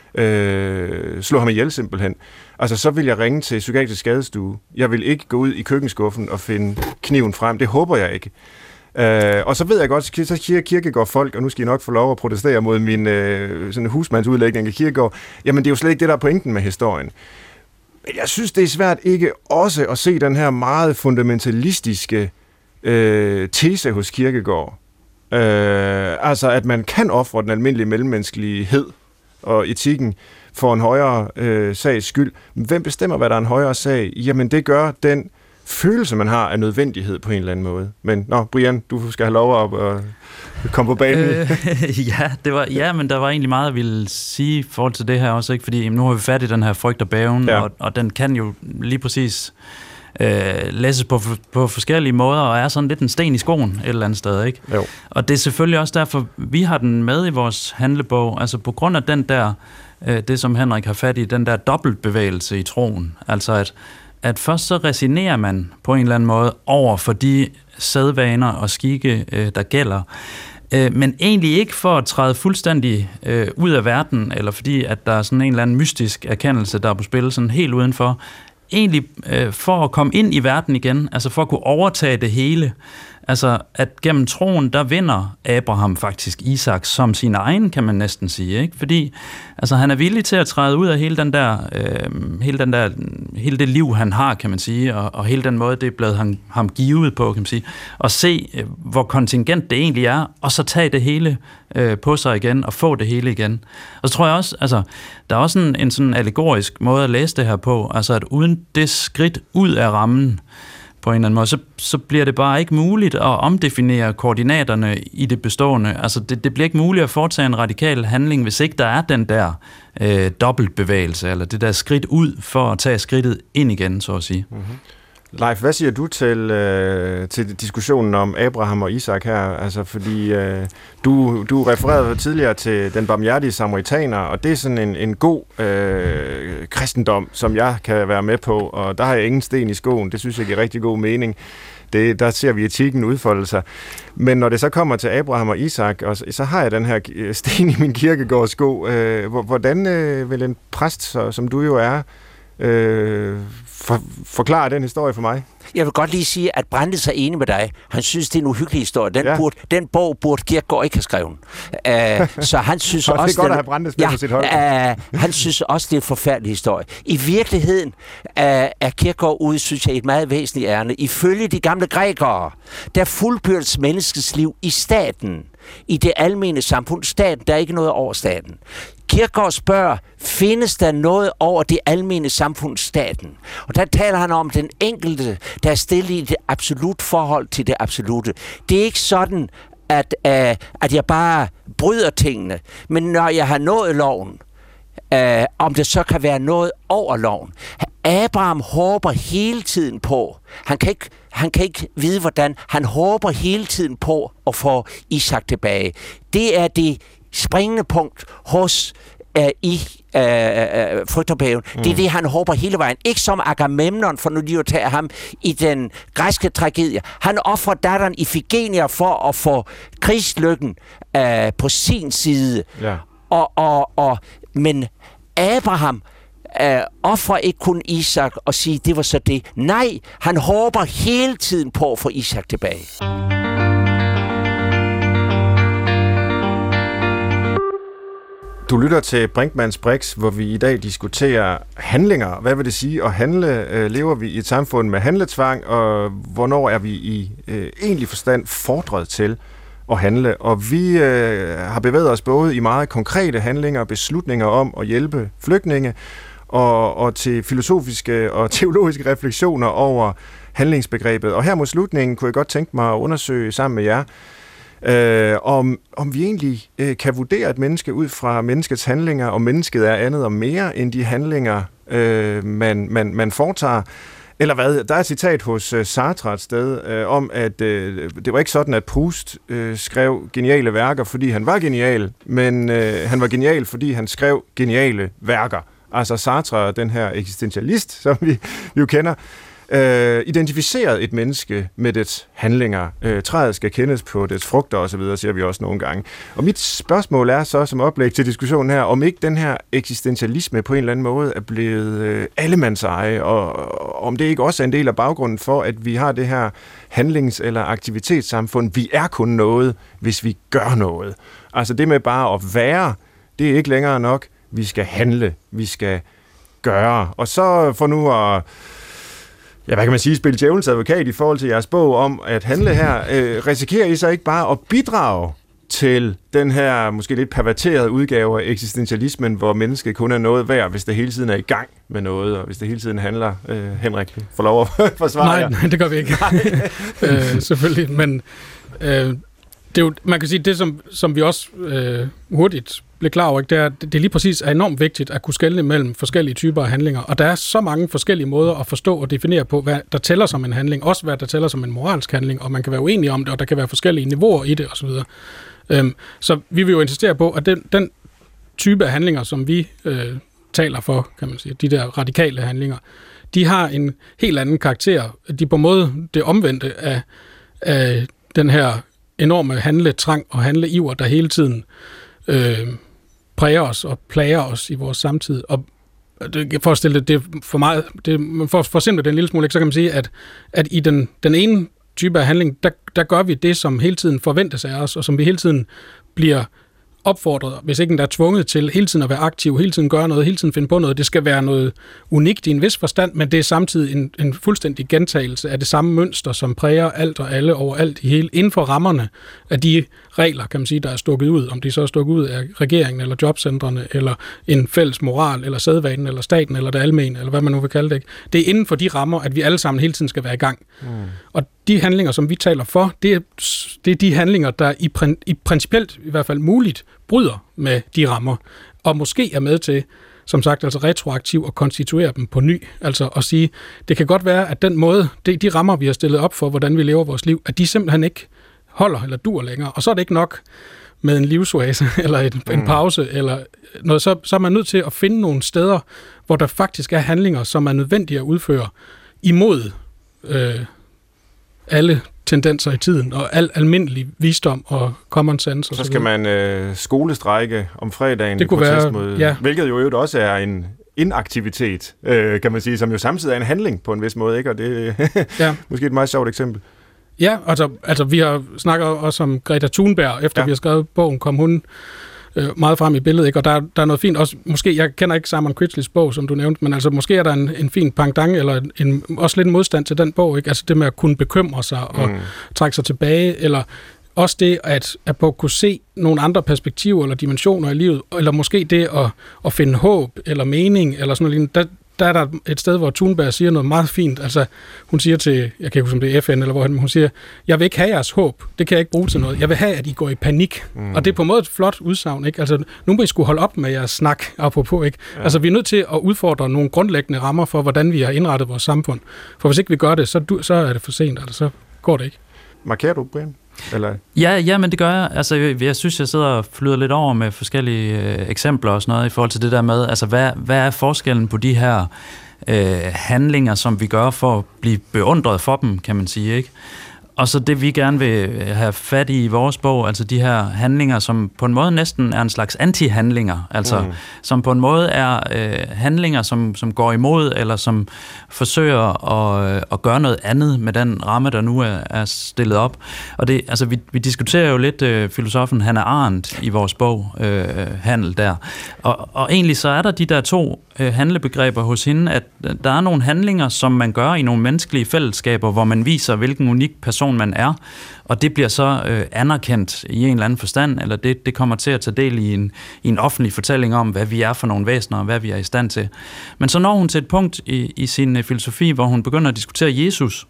øh, slå ham ihjel simpelthen. Altså, så vil jeg ringe til psykiatrisk skadestue. Jeg vil ikke gå ud i køkkenskuffen og finde kniven frem. Det håber jeg ikke. Øh, og så ved jeg godt, så siger Kierkegaard folk, og nu skal I nok få lov at protestere mod min øh, sådan husmandsudlægning af Kierkegaard. Jamen, det er jo slet ikke det, der er pointen med historien. Men jeg synes, det er svært ikke også at se den her meget fundamentalistiske Øh, tese hos Kierkegaard. Øh, altså, at man kan ofre den almindelige mellemmenneskelighed og etikken for en højere øh, sags skyld. Hvem bestemmer, hvad der er en højere sag? Jamen, det gør den følelse, man har af nødvendighed på en eller anden måde. Men, nå, Brian, du skal have lov at, at komme på banen. Øh, ja, det var, ja, men der var egentlig meget, jeg ville sige i forhold til det her også, ikke? Fordi jamen, nu har vi fat i den her frygt og bæven, ja. og, og den kan jo lige præcis øh, læses på, på forskellige måder, og er sådan lidt en sten i skoen et eller andet sted, ikke? Jo. Og det er selvfølgelig også derfor, vi har den med i vores handlebog, altså på grund af den der, øh, det som Henrik har fat i, den der dobbeltbevægelse i troen, altså at at først så resignerer man på en eller anden måde over for de sædvaner og skikke, øh, der gælder, øh, men egentlig ikke for at træde fuldstændig øh, ud af verden, eller fordi at der er sådan en eller anden mystisk erkendelse, der er på spil sådan helt udenfor, egentlig øh, for at komme ind i verden igen, altså for at kunne overtage det hele. Altså, at gennem troen, der vinder Abraham faktisk Isak som sin egen, kan man næsten sige, ikke? Fordi altså, han er villig til at træde ud af hele den der, øh, hele den der, hele det liv, han har, kan man sige, og, og hele den måde, det er blevet ham, ham givet på, kan man sige, og se, øh, hvor kontingent det egentlig er, og så tage det hele øh, på sig igen, og få det hele igen. Og så tror jeg også, altså, der er også en, en sådan allegorisk måde at læse det her på, altså at uden det skridt ud af rammen, på en eller anden måde, så, så bliver det bare ikke muligt at omdefinere koordinaterne i det bestående. Altså, det, det bliver ikke muligt at foretage en radikal handling, hvis ikke der er den der øh, dobbeltbevægelse, eller det der skridt ud for at tage skridtet ind igen, så at sige. Mm-hmm. Leif, hvad siger du til, øh, til diskussionen om Abraham og Isak her? Altså, fordi øh, du, du refererede tidligere til den barmhjertige samaritaner, og det er sådan en, en god øh, kristendom, som jeg kan være med på, og der har jeg ingen sten i skoen. Det synes jeg giver rigtig god mening. Det, der ser vi etikken udfolde sig. Men når det så kommer til Abraham og Isak, og så, så har jeg den her sten i min kirkegårdssko. Øh, hvordan øh, vil en præst, så, som du jo er, Øh, for, forklare den historie for mig? Jeg vil godt lige sige, at Brandes er enig med dig. Han synes, det er en uhyggelig historie. Den, ja. burde, den bog burde Kierkegaard ikke have skrevet. Uh, så han synes også... også... Det er godt at have Brandes med ja, på sit hold. Uh, han synes også, det er en forfærdelig historie. I virkeligheden uh, er Kierkegaard ude, synes jeg, et meget væsentligt ærne. Ifølge de gamle grækere, der fuldbyrdes menneskets liv i staten. I det almene samfund. Staten, der er ikke noget over staten. Kierkegaard spørger, findes der noget over det almene samfund, staten? Og der taler han om den enkelte, der er stillet i det absolut forhold til det absolute. Det er ikke sådan, at, uh, at jeg bare bryder tingene, men når jeg har nået loven, uh, om det så kan være noget over loven. Abraham håber hele tiden på, han kan ikke Han kan ikke vide, hvordan. Han håber hele tiden på at få Isak tilbage. Det er det springende punkt hos uh, i uh, uh, frygt og bæven. Mm. Det er det, han håber hele vejen. Ikke som Agamemnon, for nu lige at tage ham i den græske tragedie. Han offrer datteren Ifigenia for at få krigslykken uh, på sin side. Ja. Og, og, og, men Abraham Uh, offrer ikke kun Isak og sige, det var så det. Nej, han håber hele tiden på at få Isak tilbage. Du lytter til Brinkmanns Brix, hvor vi i dag diskuterer handlinger. Hvad vil det sige at handle? Uh, lever vi i et samfund med handletvang, og hvornår er vi i uh, egentlig forstand fordret til at handle? Og vi uh, har bevæget os både i meget konkrete handlinger og beslutninger om at hjælpe flygtninge, Og, og til filosofiske og teologiske refleksioner over handlingsbegrebet. Og her mod slutningen kunne jeg godt tænke mig at undersøge sammen med jer, øh, om, om vi egentlig øh, kan vurdere et menneske ud fra menneskets handlinger, og mennesket er andet og mere end de handlinger, øh, man, man, man foretager. Eller hvad? Der er et citat hos uh, Sartre et sted øh, om, at øh, det var ikke sådan, at Proust øh, skrev geniale værker, fordi han var genial, men øh, han var genial, fordi han skrev geniale værker. Altså Sartre, den her eksistentialist, som vi jo kender, øh, identificeret et menneske med dets handlinger. Øh, træet skal kendes på dets frugter osv., siger vi også nogle gange. Og mit spørgsmål er så, som oplæg til diskussionen her, om ikke den her eksistentialisme på en eller anden måde er blevet øh, allemandseje, og, og om det ikke også er en del af baggrunden for, at vi har det her handlings- eller aktivitetssamfund. Vi er kun noget, hvis vi gør noget. Altså det med bare at være, det er ikke længere nok. Vi skal handle, vi skal gøre. Og så for nu at, ja, hvad kan man sige, spille djævelens advokat i forhold til jeres bog om at handle her, øh, risikerer I så ikke bare at bidrage til den her måske lidt perverterede udgave af eksistentialismen, hvor mennesket kun er noget værd, hvis det hele tiden er i gang med noget, og hvis det hele tiden handler. Øh, Henrik, får lov at forsvare nej, nej, det gør vi ikke. øh, selvfølgelig, men øh, det er jo, man kan sige, det som, som vi også øh, hurtigt blev klar over, ikke, det er, det er lige præcis er enormt vigtigt at kunne skelne mellem forskellige typer af handlinger, og der er så mange forskellige måder at forstå og definere på, hvad der tæller som en handling, også hvad der tæller som en moralsk handling, og man kan være uenig om det, og der kan være forskellige niveauer i det osv. Øhm, så vi vil jo insistere på, at den, den type af handlinger, som vi øh, taler for, kan man sige, de der radikale handlinger, de har en helt anden karakter. De er på en måde det omvendte af, af den her enorme handletrang og handleiver, der hele tiden øh, præger os og plager os i vores samtid. Og det, for at stille det, det for meget, det, for at forsimple det en lille smule, så kan man sige, at, at i den, den ene type af handling, der, der gør vi det, som hele tiden forventes af os, og som vi hele tiden bliver opfordret, hvis ikke der er tvunget til, hele tiden at være aktiv, hele tiden gøre noget, hele tiden finde på noget. Det skal være noget unikt i en vis forstand, men det er samtidig en, en fuldstændig gentagelse af det samme mønster, som præger alt og alle overalt i hele, inden for rammerne af de regler, kan man sige, der er stukket ud. Om de så er stukket ud af regeringen, eller jobcentrene, eller en fælles moral, eller sædvanen, eller staten, eller det almene, eller hvad man nu vil kalde det. Ikke? Det er inden for de rammer, at vi alle sammen hele tiden skal være i gang. Mm. Og de handlinger, som vi taler for, det er, det er de handlinger, der i, prin, i principielt, i hvert fald muligt, bryder med de rammer, og måske er med til, som sagt, altså retroaktivt at konstituere dem på ny. Altså at sige, det kan godt være, at den måde, det, de rammer, vi har stillet op for, hvordan vi lever vores liv, at de simpelthen ikke holder eller dur længere. Og så er det ikke nok med en livsoase, eller et, mm. en pause, eller noget. Så, så er man nødt til at finde nogle steder, hvor der faktisk er handlinger, som er nødvendige at udføre imod øh, alle tendenser i tiden, og al almindelig visdom og common sense. Og så, så skal man øh, skolestrække om fredagen det i protest mod, ja. hvilket jo øvrigt også er en inaktivitet, øh, kan man sige, som jo samtidig er en handling på en vis måde, ikke? Og det er ja. måske et meget sjovt eksempel. Ja, altså, altså vi har snakket også om Greta Thunberg, efter ja. vi har skrevet bogen, kom hun øh, meget frem i billedet, ikke? Og der, der er noget fint også, måske, jeg kender ikke Simon Critchleys bog, som du nævnte, men altså måske er der en, en fin pendant, eller en, også lidt en modstand til den bog, ikke? Altså det med at kunne bekymre sig og mm. trække sig tilbage, eller også det at, at på at kunne se nogle andre perspektiver eller dimensioner i livet, eller måske det at, at finde håb eller mening, eller sådan noget. Der, der er der et sted, hvor Thunberg siger noget meget fint. Altså, hun siger til, jeg kan ikke huske, om det er F N, eller hvor hun siger, jeg vil ikke have jeres håb. Det kan jeg ikke bruge til noget. Jeg vil have, at I går i panik. Mm. Og det er på en måde et flot udsagn, ikke? Altså, nu må I skulle holde op med jeres snak, apropos, ikke? Ja. Altså, vi er nødt til at udfordre nogle grundlæggende rammer for, hvordan vi har indrettet vores samfund. For hvis ikke vi gør det, så, du, så er det for sent, altså, så går det ikke. Markerer du, Brian? Eller? Ja, ja, men det gør jeg. Altså, jeg, jeg synes, jeg sidder og flyder lidt over med forskellige øh, eksempler og sådan noget i forhold til det der med, altså, hvad, hvad er forskellen på de her øh, handlinger, som vi gør for at blive beundret for dem, kan man sige, ikke? Og så det, vi gerne vil have fat i i vores bog, altså de her handlinger, som på en måde næsten er en slags anti-handlinger, altså mm. som på en måde er øh, handlinger, som, som går imod, eller som forsøger at, at gøre noget andet med den ramme, der nu er, er stillet op. Og det, altså vi, vi diskuterer jo lidt øh, filosofen Hannah Arendt i vores bog, øh, Handel der. Og, og egentlig så er der de der to øh, handlebegreber hos hende, at der er nogle handlinger, som man gør i nogle menneskelige fællesskaber, hvor man viser, hvilken unik person man er, og det bliver så øh, anerkendt i en eller anden forstand, eller det, det kommer til at tage del i en, i en offentlig fortælling om, hvad vi er for nogle væsener, og hvad vi er i stand til. Men så når hun til et punkt i, i sin øh, filosofi, hvor hun begynder at diskutere Jesus,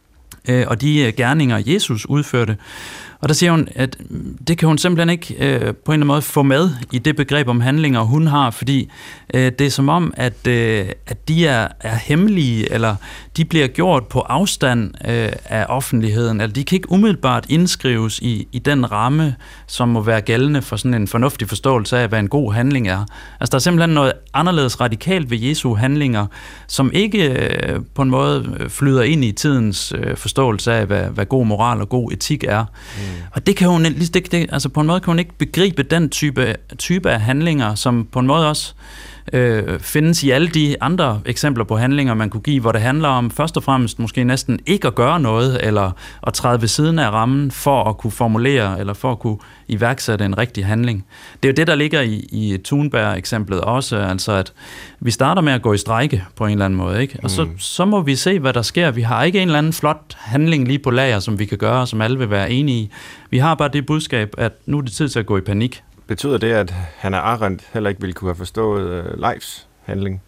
øh, og de øh, gerninger, Jesus udførte, og der siger hun, at det kan hun simpelthen ikke øh, på en eller anden måde få med i det begreb om handlinger, hun har, fordi øh, det er som om, at, øh, at de er, er hemmelige, eller de bliver gjort på afstand øh, af offentligheden, eller de kan ikke umiddelbart indskrives i, i den ramme, som må være gældende for sådan en fornuftig forståelse af, hvad en god handling er. Altså der er simpelthen noget anderledes radikalt ved Jesu handlinger, som ikke øh, på en måde flyder ind i tidens øh, forståelse af, hvad, hvad god moral og god etik er. Mm. Og det kan hun, det, det, altså på en måde kan hun ikke begribe den type, type af handlinger, som på en måde også øh, findes i alle de andre eksempler på handlinger, man kunne give, hvor det handler om først og fremmest måske næsten ikke at gøre noget, eller at træde ved siden af rammen for at kunne formulere, eller for at kunne iværksætte en rigtig handling. Det er jo det, der ligger i, i Thunberg-eksemplet også, altså at vi starter med at gå i strejke på en eller anden måde, ikke? Og så, mm. så må vi se, hvad der sker. Vi har ikke en eller anden flot handling lige på lager, som vi kan gøre, som alle vil være enige i. Vi har bare det budskab, at nu er det tid til at gå i panik. Betyder det, at Hannah Arendt heller ikke ville kunne have forstået uh, Leifs handling?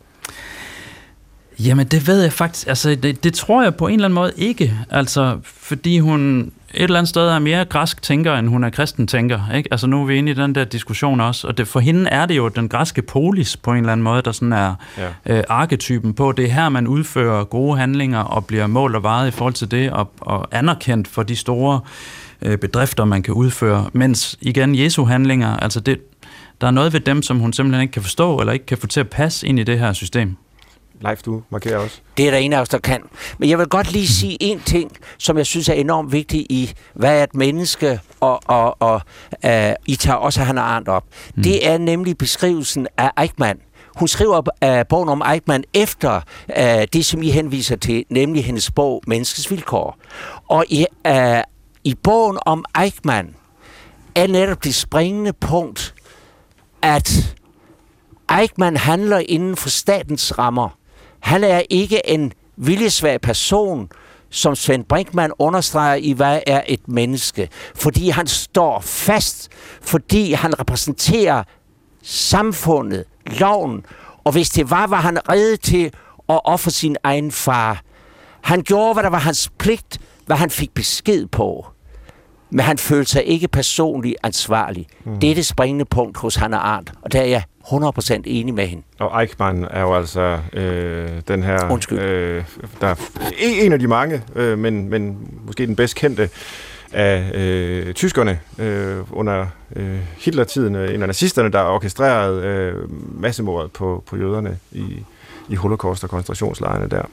Jamen, det ved jeg faktisk. Altså, det, det tror jeg på en eller anden måde ikke. Altså, fordi hun et eller andet sted er mere græsk tænker, end hun er kristen tænker, ikke? Altså, nu er vi inde i den der diskussion også, og det, for hende er det jo den græske polis på en eller anden måde, der sådan er ja. øh, arketypen på. Det er her, man udfører gode handlinger og bliver målt og vejet i forhold til det, og, og anerkendt for de store øh, bedrifter, man kan udføre. Mens igen, Jesu handlinger, altså det, der er noget ved dem, som hun simpelthen ikke kan forstå, eller ikke kan få til at passe ind i det her system. Leif, du markerer også. Det er der en af os, der kan. Men jeg vil godt lige sige en ting, som jeg synes er enormt vigtig i, hvad er et menneske, og, og, og uh, I tager også Hannah Arendt op. Mm. Det er nemlig beskrivelsen af Eichmann. Hun skriver uh, bogen om Eichmann efter uh, det, som I henviser til, nemlig hendes bog Menneskets Vilkår. Og i, uh, i bogen om Eichmann er netop det springende punkt, at Eichmann handler inden for statens rammer. Han er ikke en viljesvag person, som Svend Brinkmann understreger i, hvad er et menneske. Fordi han står fast, fordi han repræsenterer samfundet, loven, og hvis det var, var han rede til at ofre sin egen far. Han gjorde, hvad der var hans pligt, hvad han fik besked på. Men han følte sig ikke personligt ansvarlig. Mm. Det er det springende punkt hos Hannah Arendt, og der er jeg hundrede procent enig med hende. Og Eichmann er jo altså øh, den her... Øh, der er en af de mange, øh, men, men måske den bedst kendte af øh, tyskerne øh, under øh, Hitler-tiden, øh, en af nazisterne, der orkestrerede øh, massemordet på, på jøderne i, i Holocaust og koncentrationslejrene der.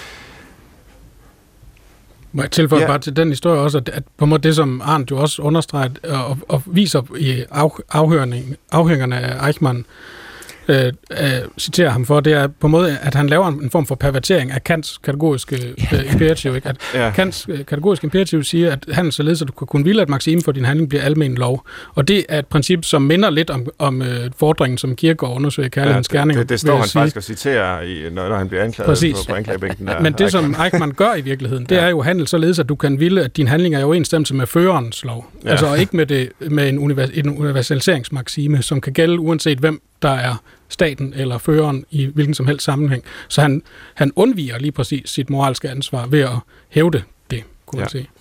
Må jeg tilføje ja. bare til den historie også, at, at på en måde det, som Arendt jo også understreger og, og viser i af, afhøring, afhøringerne af Eichmann, øh, øh, citerer ham for, det er på en måde, at han laver en form for pervertering af Kants kategoriske øh, imperativ. Ikke? At ja. Kants øh, kategoriske imperativ siger, at handel således, at du kan kun ville, at maxime for din handling bliver almen lov. Og det er et princip, som minder lidt om, om øh, fordringen, som Kierkegaard undersøger i Kærlighedens ja, gerninger. Det, det står han sige. faktisk og citerer, i, når, når han bliver anklaget Præcis. på, på anklagebænken. Der. Men det, som Eichmann gør i virkeligheden, det ja. er jo handel således, at du kan ville, at din handling er i overensstemmelse med førerens lov. Ja. Altså ikke med, det, med en, univers, en universaliseringsmaksime, som kan gælde uanset hvem der er staten eller føreren i hvilken som helst sammenhæng. Så han, han undviger lige præcis sit moralske ansvar ved at hævde det, kunne man ja. sige.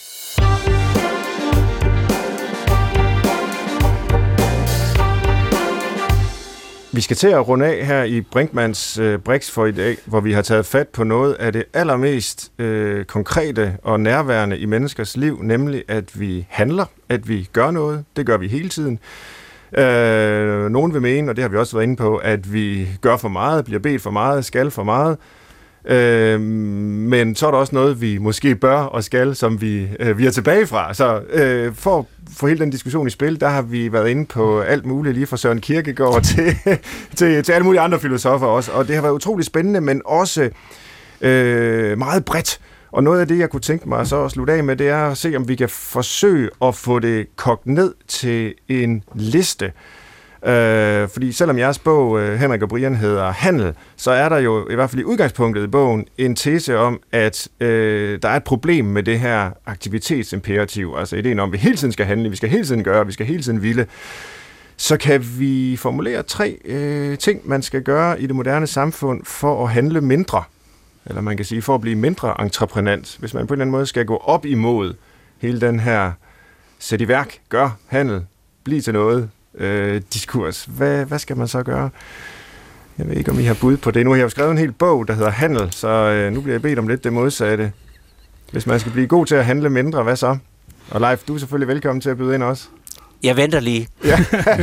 Vi skal til at runde af her i Brinkmanns øh, Brix for i dag, hvor vi har taget fat på noget af det allermest øh, konkrete og nærværende i menneskers liv, nemlig at vi handler, at vi gør noget. Det gør vi hele tiden. Øh, nogen vil mene, og det har vi også været inde på, at vi gør for meget, bliver bedt for meget, skal for meget. Øh, men så er der også noget, vi måske bør og skal, som vi, øh, vi er tilbage fra. Så øh, for for hele den diskussion i spil, der har vi været inde på alt muligt, lige fra Søren Kierkegaard til, til, til alle mulige andre filosofer også. Og det har været utroligt spændende, men også øh, meget bredt. Og noget af det, jeg kunne tænke mig så at slutte af med, det er at se, om vi kan forsøge at få det kogt ned til en liste. Øh, fordi selvom jeres bog, Henrik og Brian, hedder Handel, så er der jo i hvert fald i udgangspunktet i bogen en tese om, at øh, der er et problem med det her aktivitetsimperativ, altså ideen om, at vi hele tiden skal handle, vi skal hele tiden gøre, vi skal hele tiden ville. Så kan vi formulere tre øh, ting, man skal gøre i det moderne samfund for at handle mindre, eller man kan sige for at blive mindre entreprenant, hvis man på en eller anden måde skal gå op imod hele den her sæt i værk, gør, handel, bliv til noget, Øh, diskurs. Hvad, hvad skal man så gøre? Jeg ved ikke, om I har bud på det. Nu har jeg jo skrevet en hel bog, der hedder Handel, så øh, nu bliver jeg bedt om lidt det modsatte. Hvis man skal blive god til at handle mindre, hvad så? Og Leif, du er selvfølgelig velkommen til at byde ind også. Jeg venter lige. Ja.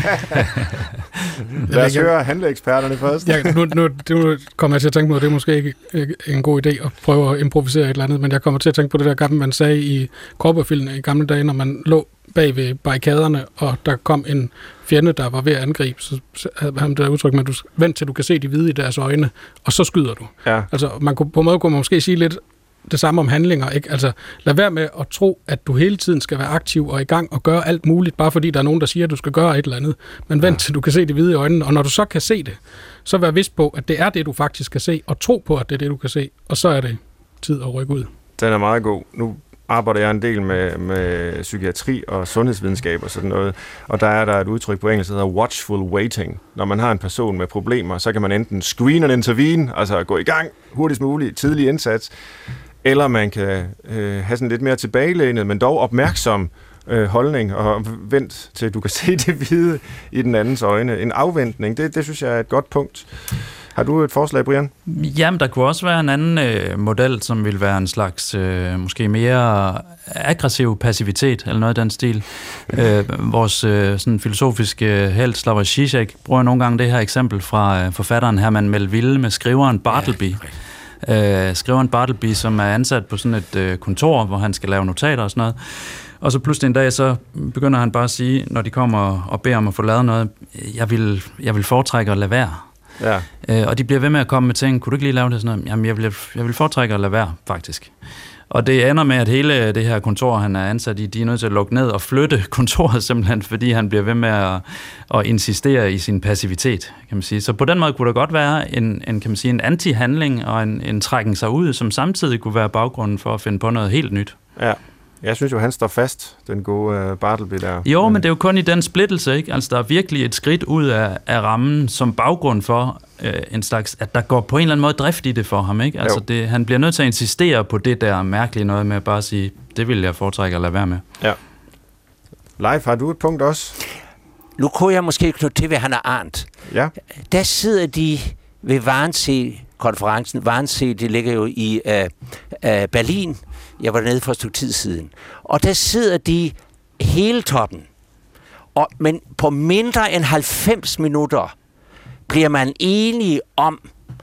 Lad os høre handleeksperterne først. Ja, nu, nu, nu kommer jeg til at tænke på, at det er måske ikke en god idé at prøve at improvisere et eller andet, men jeg kommer til at tænke på det der gamle, man sagde i korporfilmene i gamle dage, når man lå bag ved barrikaderne, og der kom en fjende, der var ved at angribe, så havde han det der udtryk med, at du vent til du kan se de hvide i deres øjne, og så skyder du. Ja. Altså, man kunne, på en måde kunne man måske sige lidt det samme om handlinger, ikke? Altså, lad være med at tro, at du hele tiden skal være aktiv og i gang og gøre alt muligt, bare fordi der er nogen, der siger, at du skal gøre et eller andet. Men vent til du kan se de hvide i øjnene, og når du så kan se det, så vær vidst på, at det er det, du faktisk kan se, og tro på, at det er det, du kan se, og så er det tid at rykke ud. Den er meget god. Nu arbejder jeg en del med, med psykiatri og sundhedsvidenskab og sådan noget, og der er der et udtryk på engelsk, der hedder watchful waiting. Når man har en person med problemer, så kan man enten screen and intervene, altså gå i gang hurtigst muligt, tidlig indsats, eller man kan øh, have sådan lidt mere tilbagelænet, men dog opmærksom øh, holdning, og vent til du kan se det hvide i den andens øjne. En afventning, det, det synes jeg er et godt punkt. Har du et forslag, Brian? Jamen, der kunne også være en anden øh, model, som ville være en slags, øh, måske mere aggressiv passivitet, eller noget af den stil. Øh, vores øh, sådan filosofiske helt, Slavoj Žižek, bruger nogle gange det her eksempel fra øh, forfatteren Herman Melville med skriveren Bartleby. Ja, øh, skriveren Bartleby, som er ansat på sådan et øh, kontor, hvor han skal lave notater og sådan noget. Og så pludselig en dag, så begynder han bare at sige, når de kommer og beder om at få lavet noget, jeg vil, jeg vil foretrække at lade være. Ja. Øh, og de bliver ved med at komme med ting, kunne du ikke lige lave det sådan noget? Jamen, jeg vil, jeg vil foretrække at lade være, faktisk. Og det ender med, at hele det her kontor, han er ansat i, de er nødt til at lukke ned og flytte kontoret simpelthen, fordi han bliver ved med at, at insistere i sin passivitet, kan man sige. Så på den måde kunne der godt være en, en, kan man sige, en anti-handling og en, en trækken sig ud, som samtidig kunne være baggrunden for at finde på noget helt nyt. Ja. Jeg synes jo, han står fast, den gode uh, Bartleby der. Jo, men det er jo kun i den splittelse, ikke? Altså, der er virkelig et skridt ud af, af rammen som baggrund for øh, en slags, at der går på en eller anden måde drift i det for ham, ikke? Altså, det, han bliver nødt til at insistere på det der mærkelige noget med at bare sige, det vil jeg foretrække at lade være med. Ja. Leif, har du et punkt også? Nu kunne jeg måske knytte til, hvad han har Arndt. Ja. Der sidder de ved Wannsee-konferencen. Wannsee, det ligger jo i uh, uh, Berlin. Jeg var dernede for et stykke tid siden. Og der sidder de hele toppen. Og, men på mindre end halvfems minutter bliver man enige om,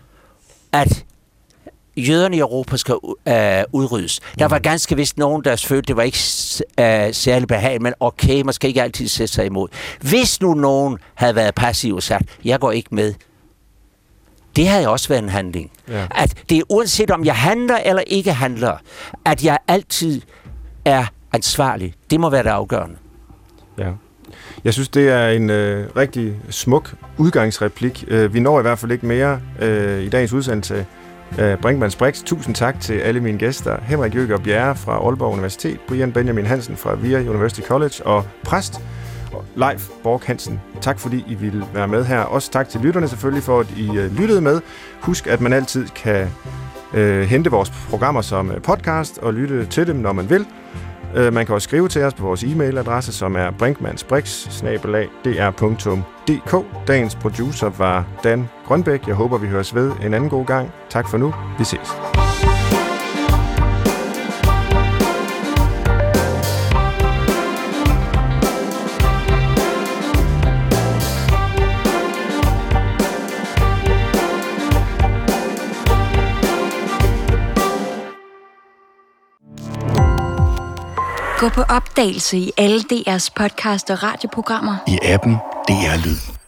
at jøderne i Europa skal uh, udryddes. Der var ganske vist nogen, der følte, det var ikke uh, særlig behageligt, men okay, man skal ikke altid sætte sig imod. Hvis nu nogen havde været passiv og sagt, jeg går ikke med, det havde også været en handling. Ja. At det er uanset om jeg handler eller ikke handler, at jeg altid er ansvarlig. Det må være det afgørende. Ja. Jeg synes, det er en øh, rigtig smuk udgangsreplik. Vi når i hvert fald ikke mere øh, i dagens udsendelse af Brinkmanns Brix. Tusind tak til alle mine gæster. Henrik Jøger Bjerre fra Aalborg Universitet, Brian Benjamin Hansen fra V I A University College og præst Leif Borch Hansen. Tak fordi I ville være med her. Også tak til lytterne selvfølgelig for, at I uh, lyttede med. Husk, at man altid kan uh, hente vores programmer som uh, podcast og lytte til dem, når man vil. Uh, man kan også skrive til os på vores e-mailadresse, som er brinkmannsbrix bindestreg d r punktum d k. Dagens producer var Dan Grønbæk. Jeg håber, vi høres ved en anden god gang. Tak for nu. Vi ses. Gå på opdagelse i alle D R's podcast og radioprogrammer. I appen D R Lyd.